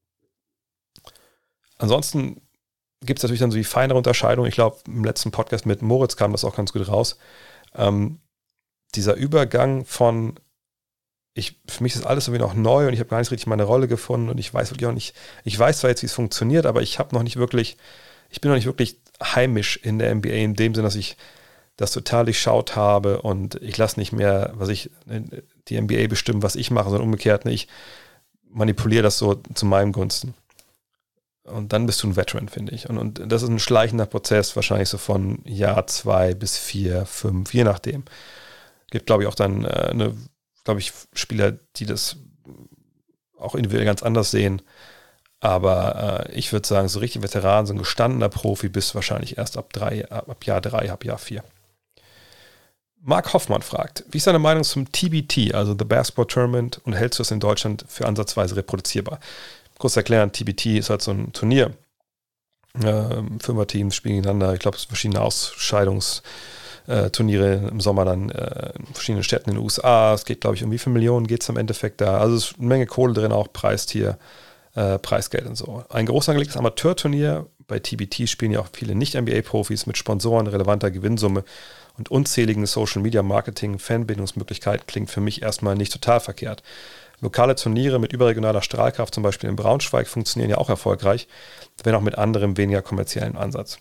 Ansonsten gibt es natürlich dann so die feinere Unterscheidung. Ich glaube, im letzten Podcast mit Moritz kam das auch ganz gut raus. Ähm, dieser Übergang von Ich, für mich ist alles irgendwie noch neu und ich habe gar nicht richtig meine Rolle gefunden und ich weiß wirklich auch nicht, ich weiß zwar jetzt, wie es funktioniert, aber ich habe noch nicht wirklich, ich bin noch nicht wirklich heimisch in der N B A in dem Sinne, dass ich das total durchschaut habe und ich lasse nicht mehr, was ich, die N B A bestimmen, was ich mache, sondern umgekehrt, ich manipuliere das so zu meinem Gunsten. Und dann bist du ein Veteran, finde ich. Und, und das ist ein schleichender Prozess, wahrscheinlich so von Jahr zwei bis vier, fünf, je nachdem. Gibt, glaube ich, auch dann äh, eine glaube ich, Spieler, die das auch individuell ganz anders sehen. Aber äh, ich würde sagen, so richtig Veteran, so ein gestandener Profi bist du wahrscheinlich erst ab, drei, ab Jahr drei, ab Jahr vier. Marc Hoffmann fragt, wie ist deine Meinung zum T B T, also The Basketball Tournament, und hältst du es in Deutschland für ansatzweise reproduzierbar? Kurz erklären, T B T ist halt so ein Turnier. Ähm, Fünfer-Teams spielen gegeneinander. Ich glaube, es sind verschiedene Ausscheidungs- Turniere im Sommer dann äh, in verschiedenen Städten in den U S A. Es geht, glaube ich, um wie viele Millionen geht es im Endeffekt da. Also es ist eine Menge Kohle drin, auch Preistier, äh, Preisgeld und so. Ein groß angelegtes Amateurturnier. Bei T B T spielen ja auch viele Nicht-N B A-Profis mit Sponsoren, relevanter Gewinnsumme und unzähligen Social-Media-Marketing, Fanbindungsmöglichkeiten klingt für mich erstmal nicht total verkehrt. Lokale Turniere mit überregionaler Strahlkraft, zum Beispiel in Braunschweig, funktionieren ja auch erfolgreich, wenn auch mit anderem, weniger kommerziellen Ansatz.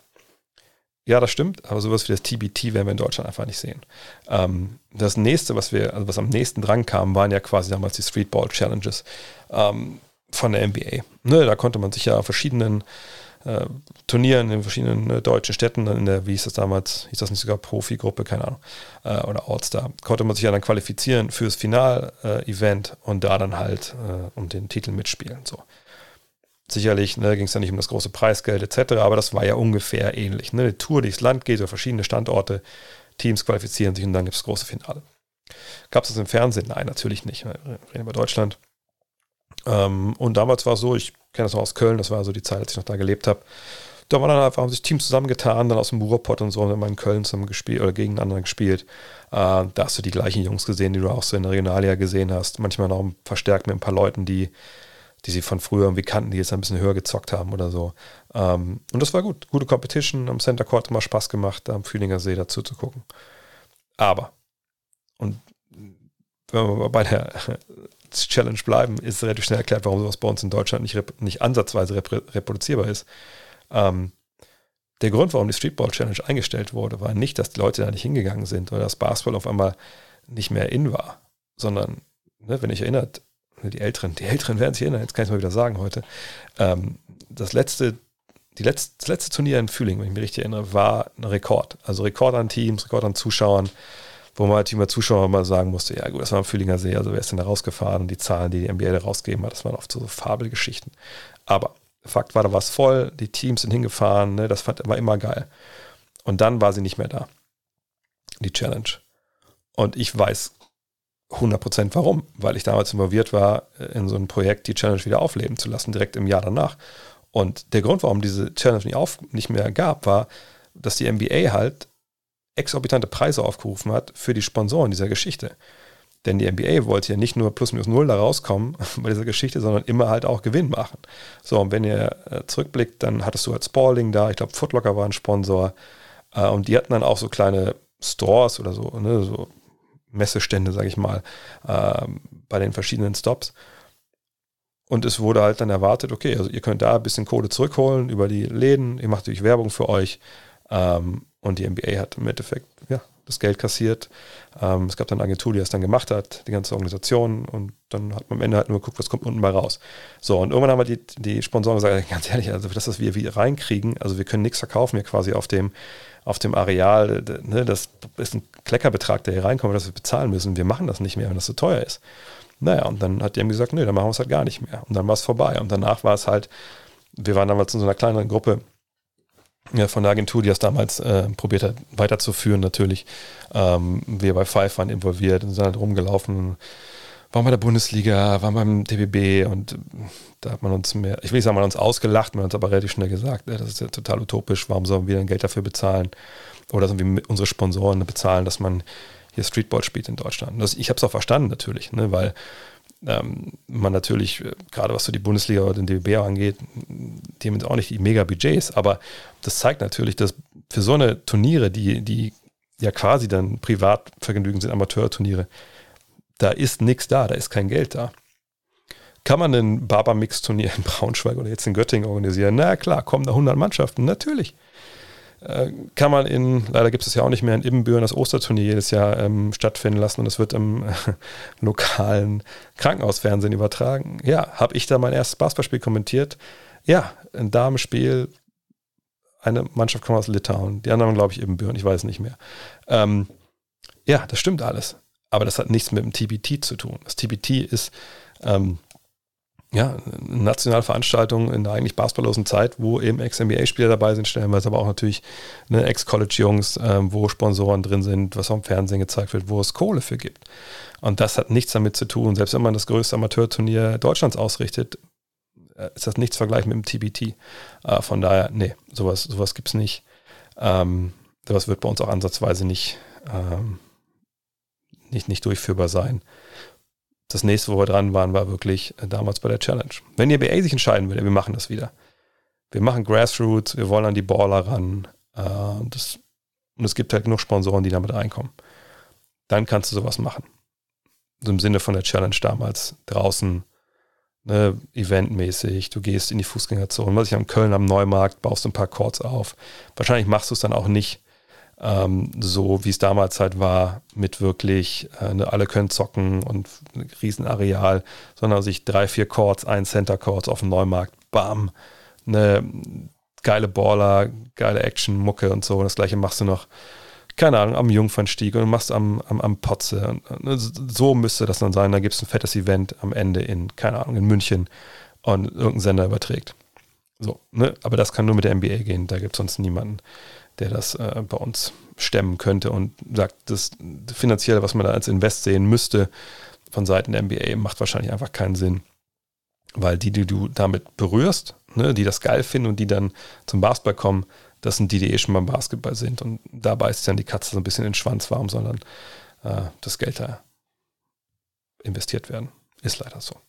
Ja, das stimmt, aber sowas wie das T B T werden wir in Deutschland einfach nicht sehen. Ähm, das nächste, was wir, also was am nächsten dran kam, waren ja quasi damals die Streetball Challenges ähm, von der N B A. Ne, da konnte man sich ja auf verschiedenen äh, Turnieren in verschiedenen äh, deutschen Städten, in der, wie hieß das damals, hieß das nicht sogar Profi-Gruppe, keine Ahnung, äh, oder All-Star, konnte man sich ja dann qualifizieren fürs Final-Event äh, und da dann halt äh, um den Titel mitspielen. So. Sicherlich ne, ging es ja nicht um das große Preisgeld et cetera, aber das war ja ungefähr ähnlich. Ne? Eine Tour durchs Land geht, über verschiedene Standorte, Teams qualifizieren sich und dann gibt es das große Finale. Gab es das im Fernsehen? Nein, natürlich nicht. Wir reden über Deutschland. Ähm, und damals war es so, ich kenne das noch aus Köln, das war so die Zeit, als ich noch da gelebt habe. Da waren dann einfach, haben sich Teams zusammengetan, dann aus dem Ruhrpott und so, und in Köln zusammen gespielt oder gegeneinander gespielt. Äh, da hast du die gleichen Jungs gesehen, die du auch so in der Regionalliga gesehen hast. Manchmal noch verstärkt mit ein paar Leuten, die die sie von früher irgendwie kannten, die jetzt ein bisschen höher gezockt haben oder so. Ähm, und das war gut. Gute Competition, am Center Court immer Spaß gemacht, da am Fühlinger See dazu zu gucken. Aber, und wenn wir bei der Challenge bleiben, ist relativ schnell erklärt, warum sowas bei uns in Deutschland nicht, rep- nicht ansatzweise rep- reproduzierbar ist. Ähm, der Grund, warum die Streetball Challenge eingestellt wurde, war nicht, dass die Leute da nicht hingegangen sind oder dass Basketball auf einmal nicht mehr in war, sondern, ne, wenn ich erinnert, die Älteren, die Älteren werden sich erinnern, jetzt kann ich es mal wieder sagen heute, ähm, das letzte, die letzte, das letzte Turnier in Fühling, wenn ich mich richtig erinnere, war ein Rekord. Also Rekord an Teams, Rekord an Zuschauern, wo man halt immer Zuschauer mal sagen musste, ja gut, das war am Fühlinger See, also wer ist denn da rausgefahren? Und die Zahlen, die die N B A da rausgegeben hat, das waren oft so, so Fabelgeschichten. Aber Fakt war, da war es voll, die Teams sind hingefahren, ne, das fand, war immer geil. Und dann war sie nicht mehr da, die Challenge. Und ich weiß hundert Prozent warum, weil ich damals involviert war, in so ein Projekt die Challenge wieder aufleben zu lassen, direkt im Jahr danach. Und der Grund, warum diese Challenge nicht, auf, nicht mehr gab, war, dass die N B A halt exorbitante Preise aufgerufen hat für die Sponsoren dieser Geschichte. Denn die N B A wollte ja nicht nur plus minus null da rauskommen bei dieser Geschichte, sondern immer halt auch Gewinn machen. So, und wenn ihr äh, zurückblickt, dann hattest du halt Spalding da, ich glaube Foot Locker war ein Sponsor, äh, und die hatten dann auch so kleine Stores oder so, ne, so Messestände, sage ich mal, äh, bei den verschiedenen Stops. Und es wurde halt dann erwartet, okay, also ihr könnt da ein bisschen Kohle zurückholen über die Läden, ihr macht natürlich Werbung für euch, ähm, und die N B A hat im Endeffekt, ja, das Geld kassiert. Ähm, es gab dann eine Agentur, die das dann gemacht hat, die ganze Organisation, und dann hat man am Ende halt nur geguckt, was kommt unten mal raus. So, und irgendwann haben wir die, die Sponsoren gesagt, ganz ehrlich, also das, was wir wieder reinkriegen, also wir können nichts verkaufen hier quasi auf dem, auf dem Areal, ne, das ist ein Kleckerbetrag, der hier reinkommt, das wir bezahlen müssen. Wir machen das nicht mehr, wenn das so teuer ist. Naja, und dann hat die eben gesagt, nö, dann machen wir es halt gar nicht mehr. Und dann war es vorbei. Und danach war es halt, wir waren damals in so einer kleineren Gruppe, ja, von der Agentur, die das damals äh, probiert hat, weiterzuführen natürlich. Ähm, wir bei Five waren involviert und sind halt rumgelaufen, waren bei der Bundesliga, waren beim D B B, und da hat man uns mehr, ich will nicht sagen, man hat uns ausgelacht, man hat uns aber relativ schnell gesagt, ja, das ist ja total utopisch, warum sollen wir dann Geld dafür bezahlen oder sollen wir unsere Sponsoren bezahlen, dass man hier Streetball spielt in Deutschland. Das, ich habe es auch verstanden natürlich, ne, weil ähm, man natürlich, äh, gerade was so die Bundesliga oder den D B B angeht, die haben jetzt auch nicht die Mega-Budgets, aber das zeigt natürlich, dass für so eine Turniere, die, die ja quasi dann Privatvergnügen sind, Amateurturniere, da ist nichts da, da ist kein Geld da. Kann man ein Barber-Mix-Turnier in Braunschweig oder jetzt in Göttingen organisieren? Na klar, kommen da hundert Mannschaften, natürlich. Äh, kann man in, leider gibt es ja auch nicht mehr, in Ibbenbüren das Osterturnier jedes Jahr ähm, stattfinden lassen, und es wird im äh, lokalen Krankenhausfernsehen übertragen. Ja, habe ich da mein erstes Basketballspiel kommentiert? Ja, ein Damenspiel, eine Mannschaft kommt aus Litauen, die anderen glaube ich Ibbenbüren, ich weiß nicht mehr. Ähm, ja, das stimmt alles, aber das hat nichts mit dem T B T zu tun. Das T B T ist ähm, ja, eine nationale Veranstaltung in der eigentlich basketballlosen Zeit, wo eben Ex-N B A-Spieler dabei sind, stellenweise aber auch natürlich ne, Ex-College-Jungs, ähm, wo Sponsoren drin sind, was auch im Fernsehen gezeigt wird, wo es Kohle für gibt. Und das hat nichts damit zu tun. Selbst wenn man das größte Amateurturnier Deutschlands ausrichtet, äh, ist das nichts vergleichbar mit dem T B T. Äh, von daher, nee, sowas, sowas gibt es nicht. Ähm, sowas wird bei uns auch ansatzweise nicht, ähm, nicht, nicht durchführbar sein. Das nächste, wo wir dran waren, war wirklich damals bei der Challenge. Wenn die N B A sich entscheiden will, wir machen das wieder. Wir machen Grassroots, wir wollen an die Baller ran. Äh, das, und es gibt halt genug Sponsoren, die damit reinkommen. Dann kannst du sowas machen. So im Sinne von der Challenge damals draußen, ne, eventmäßig. Du gehst in die Fußgängerzone, was ich am Köln am Neumarkt, baust ein paar Courts auf. Wahrscheinlich machst du es dann auch nicht Ähm, so wie es damals halt war, mit wirklich, äh, ne, alle können zocken und ein Riesenareal, sondern sich drei, vier Courts, ein Center Courts auf dem Neumarkt, bam, eine geile Baller, geile Action, Mucke und so. Das gleiche machst du noch, keine Ahnung, am Jungfernstieg und du machst am, am, am Potze. Und, ne, so müsste das dann sein. Da gibt es ein fettes Event am Ende in, keine Ahnung, in München, und irgendein Sender überträgt. So, ne? Aber das kann nur mit der N B A gehen, da gibt es sonst niemanden, der das äh, bei uns stemmen könnte, und sagt, das finanzielle, was man da als Invest sehen müsste von Seiten der N B A, macht wahrscheinlich einfach keinen Sinn, weil die, die du damit berührst, ne, die das geil finden und die dann zum Basketball kommen, das sind die, die eh schon beim Basketball sind, und da beißt dann die Katze so ein bisschen in den Schwanz, warum soll dann äh, das Geld da investiert werden. Ist leider so.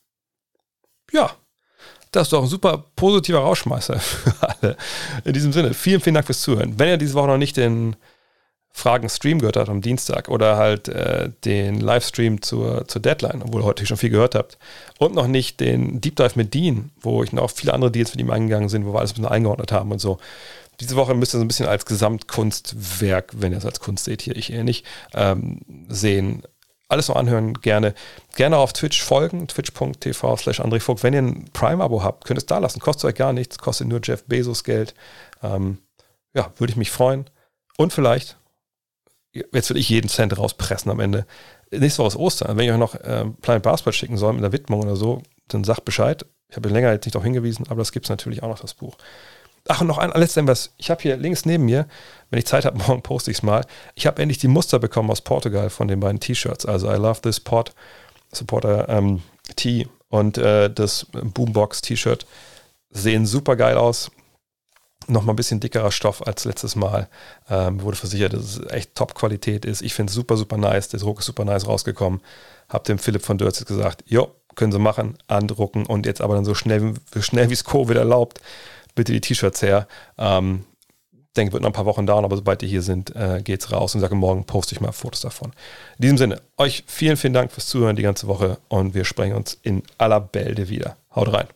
Ja, das ist doch ein super positiver Rausschmeißer für alle. In diesem Sinne, vielen, vielen Dank fürs Zuhören. Wenn ihr diese Woche noch nicht den Fragen-Stream gehört habt am Dienstag oder halt äh, den Livestream zur, zur Deadline, obwohl ihr heute schon viel gehört habt, und noch nicht den Deep Dive mit Dean, wo ich noch viele andere Deals mit ihm eingegangen sind, wo wir alles ein bisschen eingeordnet haben und so. Diese Woche müsst ihr so ein bisschen als Gesamtkunstwerk, wenn ihr es als Kunst seht, hier ich eher nicht, ähm, sehen. Alles noch anhören, gerne. Gerne auf Twitch folgen, twitch.tv slash André Vogt. Wenn ihr ein Prime-Abo habt, könnt ihr es da lassen. Kostet euch gar nichts, kostet nur Jeff Bezos Geld. Ähm, ja, würde ich mich freuen. Und vielleicht, jetzt will ich jeden Cent rauspressen am Ende. Nächste Woche ist Ostern. Wenn ich euch noch äh, Planet Basketball schicken soll mit einer Widmung oder so, dann sagt Bescheid. Ich habe länger jetzt nicht darauf hingewiesen, aber das gibt es natürlich auch noch, das Buch. Ach, und noch ein letztes was. Ich habe hier links neben mir, wenn ich Zeit habe, morgen poste ich es mal. Ich habe endlich die Muster bekommen aus Portugal von den beiden T-Shirts. Also I Love This Pod, Supporter ähm, Tee und äh, das Boombox T-Shirt sehen super geil aus. Nochmal ein bisschen dickerer Stoff als letztes Mal. Ähm, wurde versichert, dass es echt Top-Qualität ist. Ich finde es super, super nice. Der Druck ist super nice rausgekommen. Hab dem Philipp von Dürz gesagt, jo, können Sie machen, andrucken und jetzt aber dann so schnell, schnell wie es Covid erlaubt, bitte die T-Shirts her. Ähm, denke, wird noch ein paar Wochen dauern, aber sobald die hier sind, äh, geht's raus und sage, morgen poste ich mal Fotos davon. In diesem Sinne, euch vielen, vielen Dank fürs Zuhören die ganze Woche und wir sprechen uns in aller Bälde wieder. Haut rein.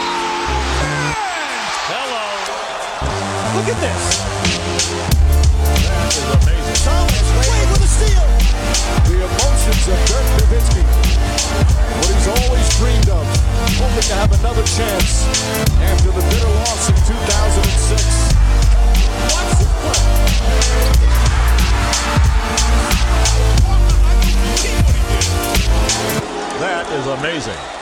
Look at this. That is amazing. Thomas Wade with a steal. The emotions of Dirk Nowitzki. What he's always dreamed of. Hoping to have another chance after the bitter loss in two thousand six. Watch this play. That is amazing.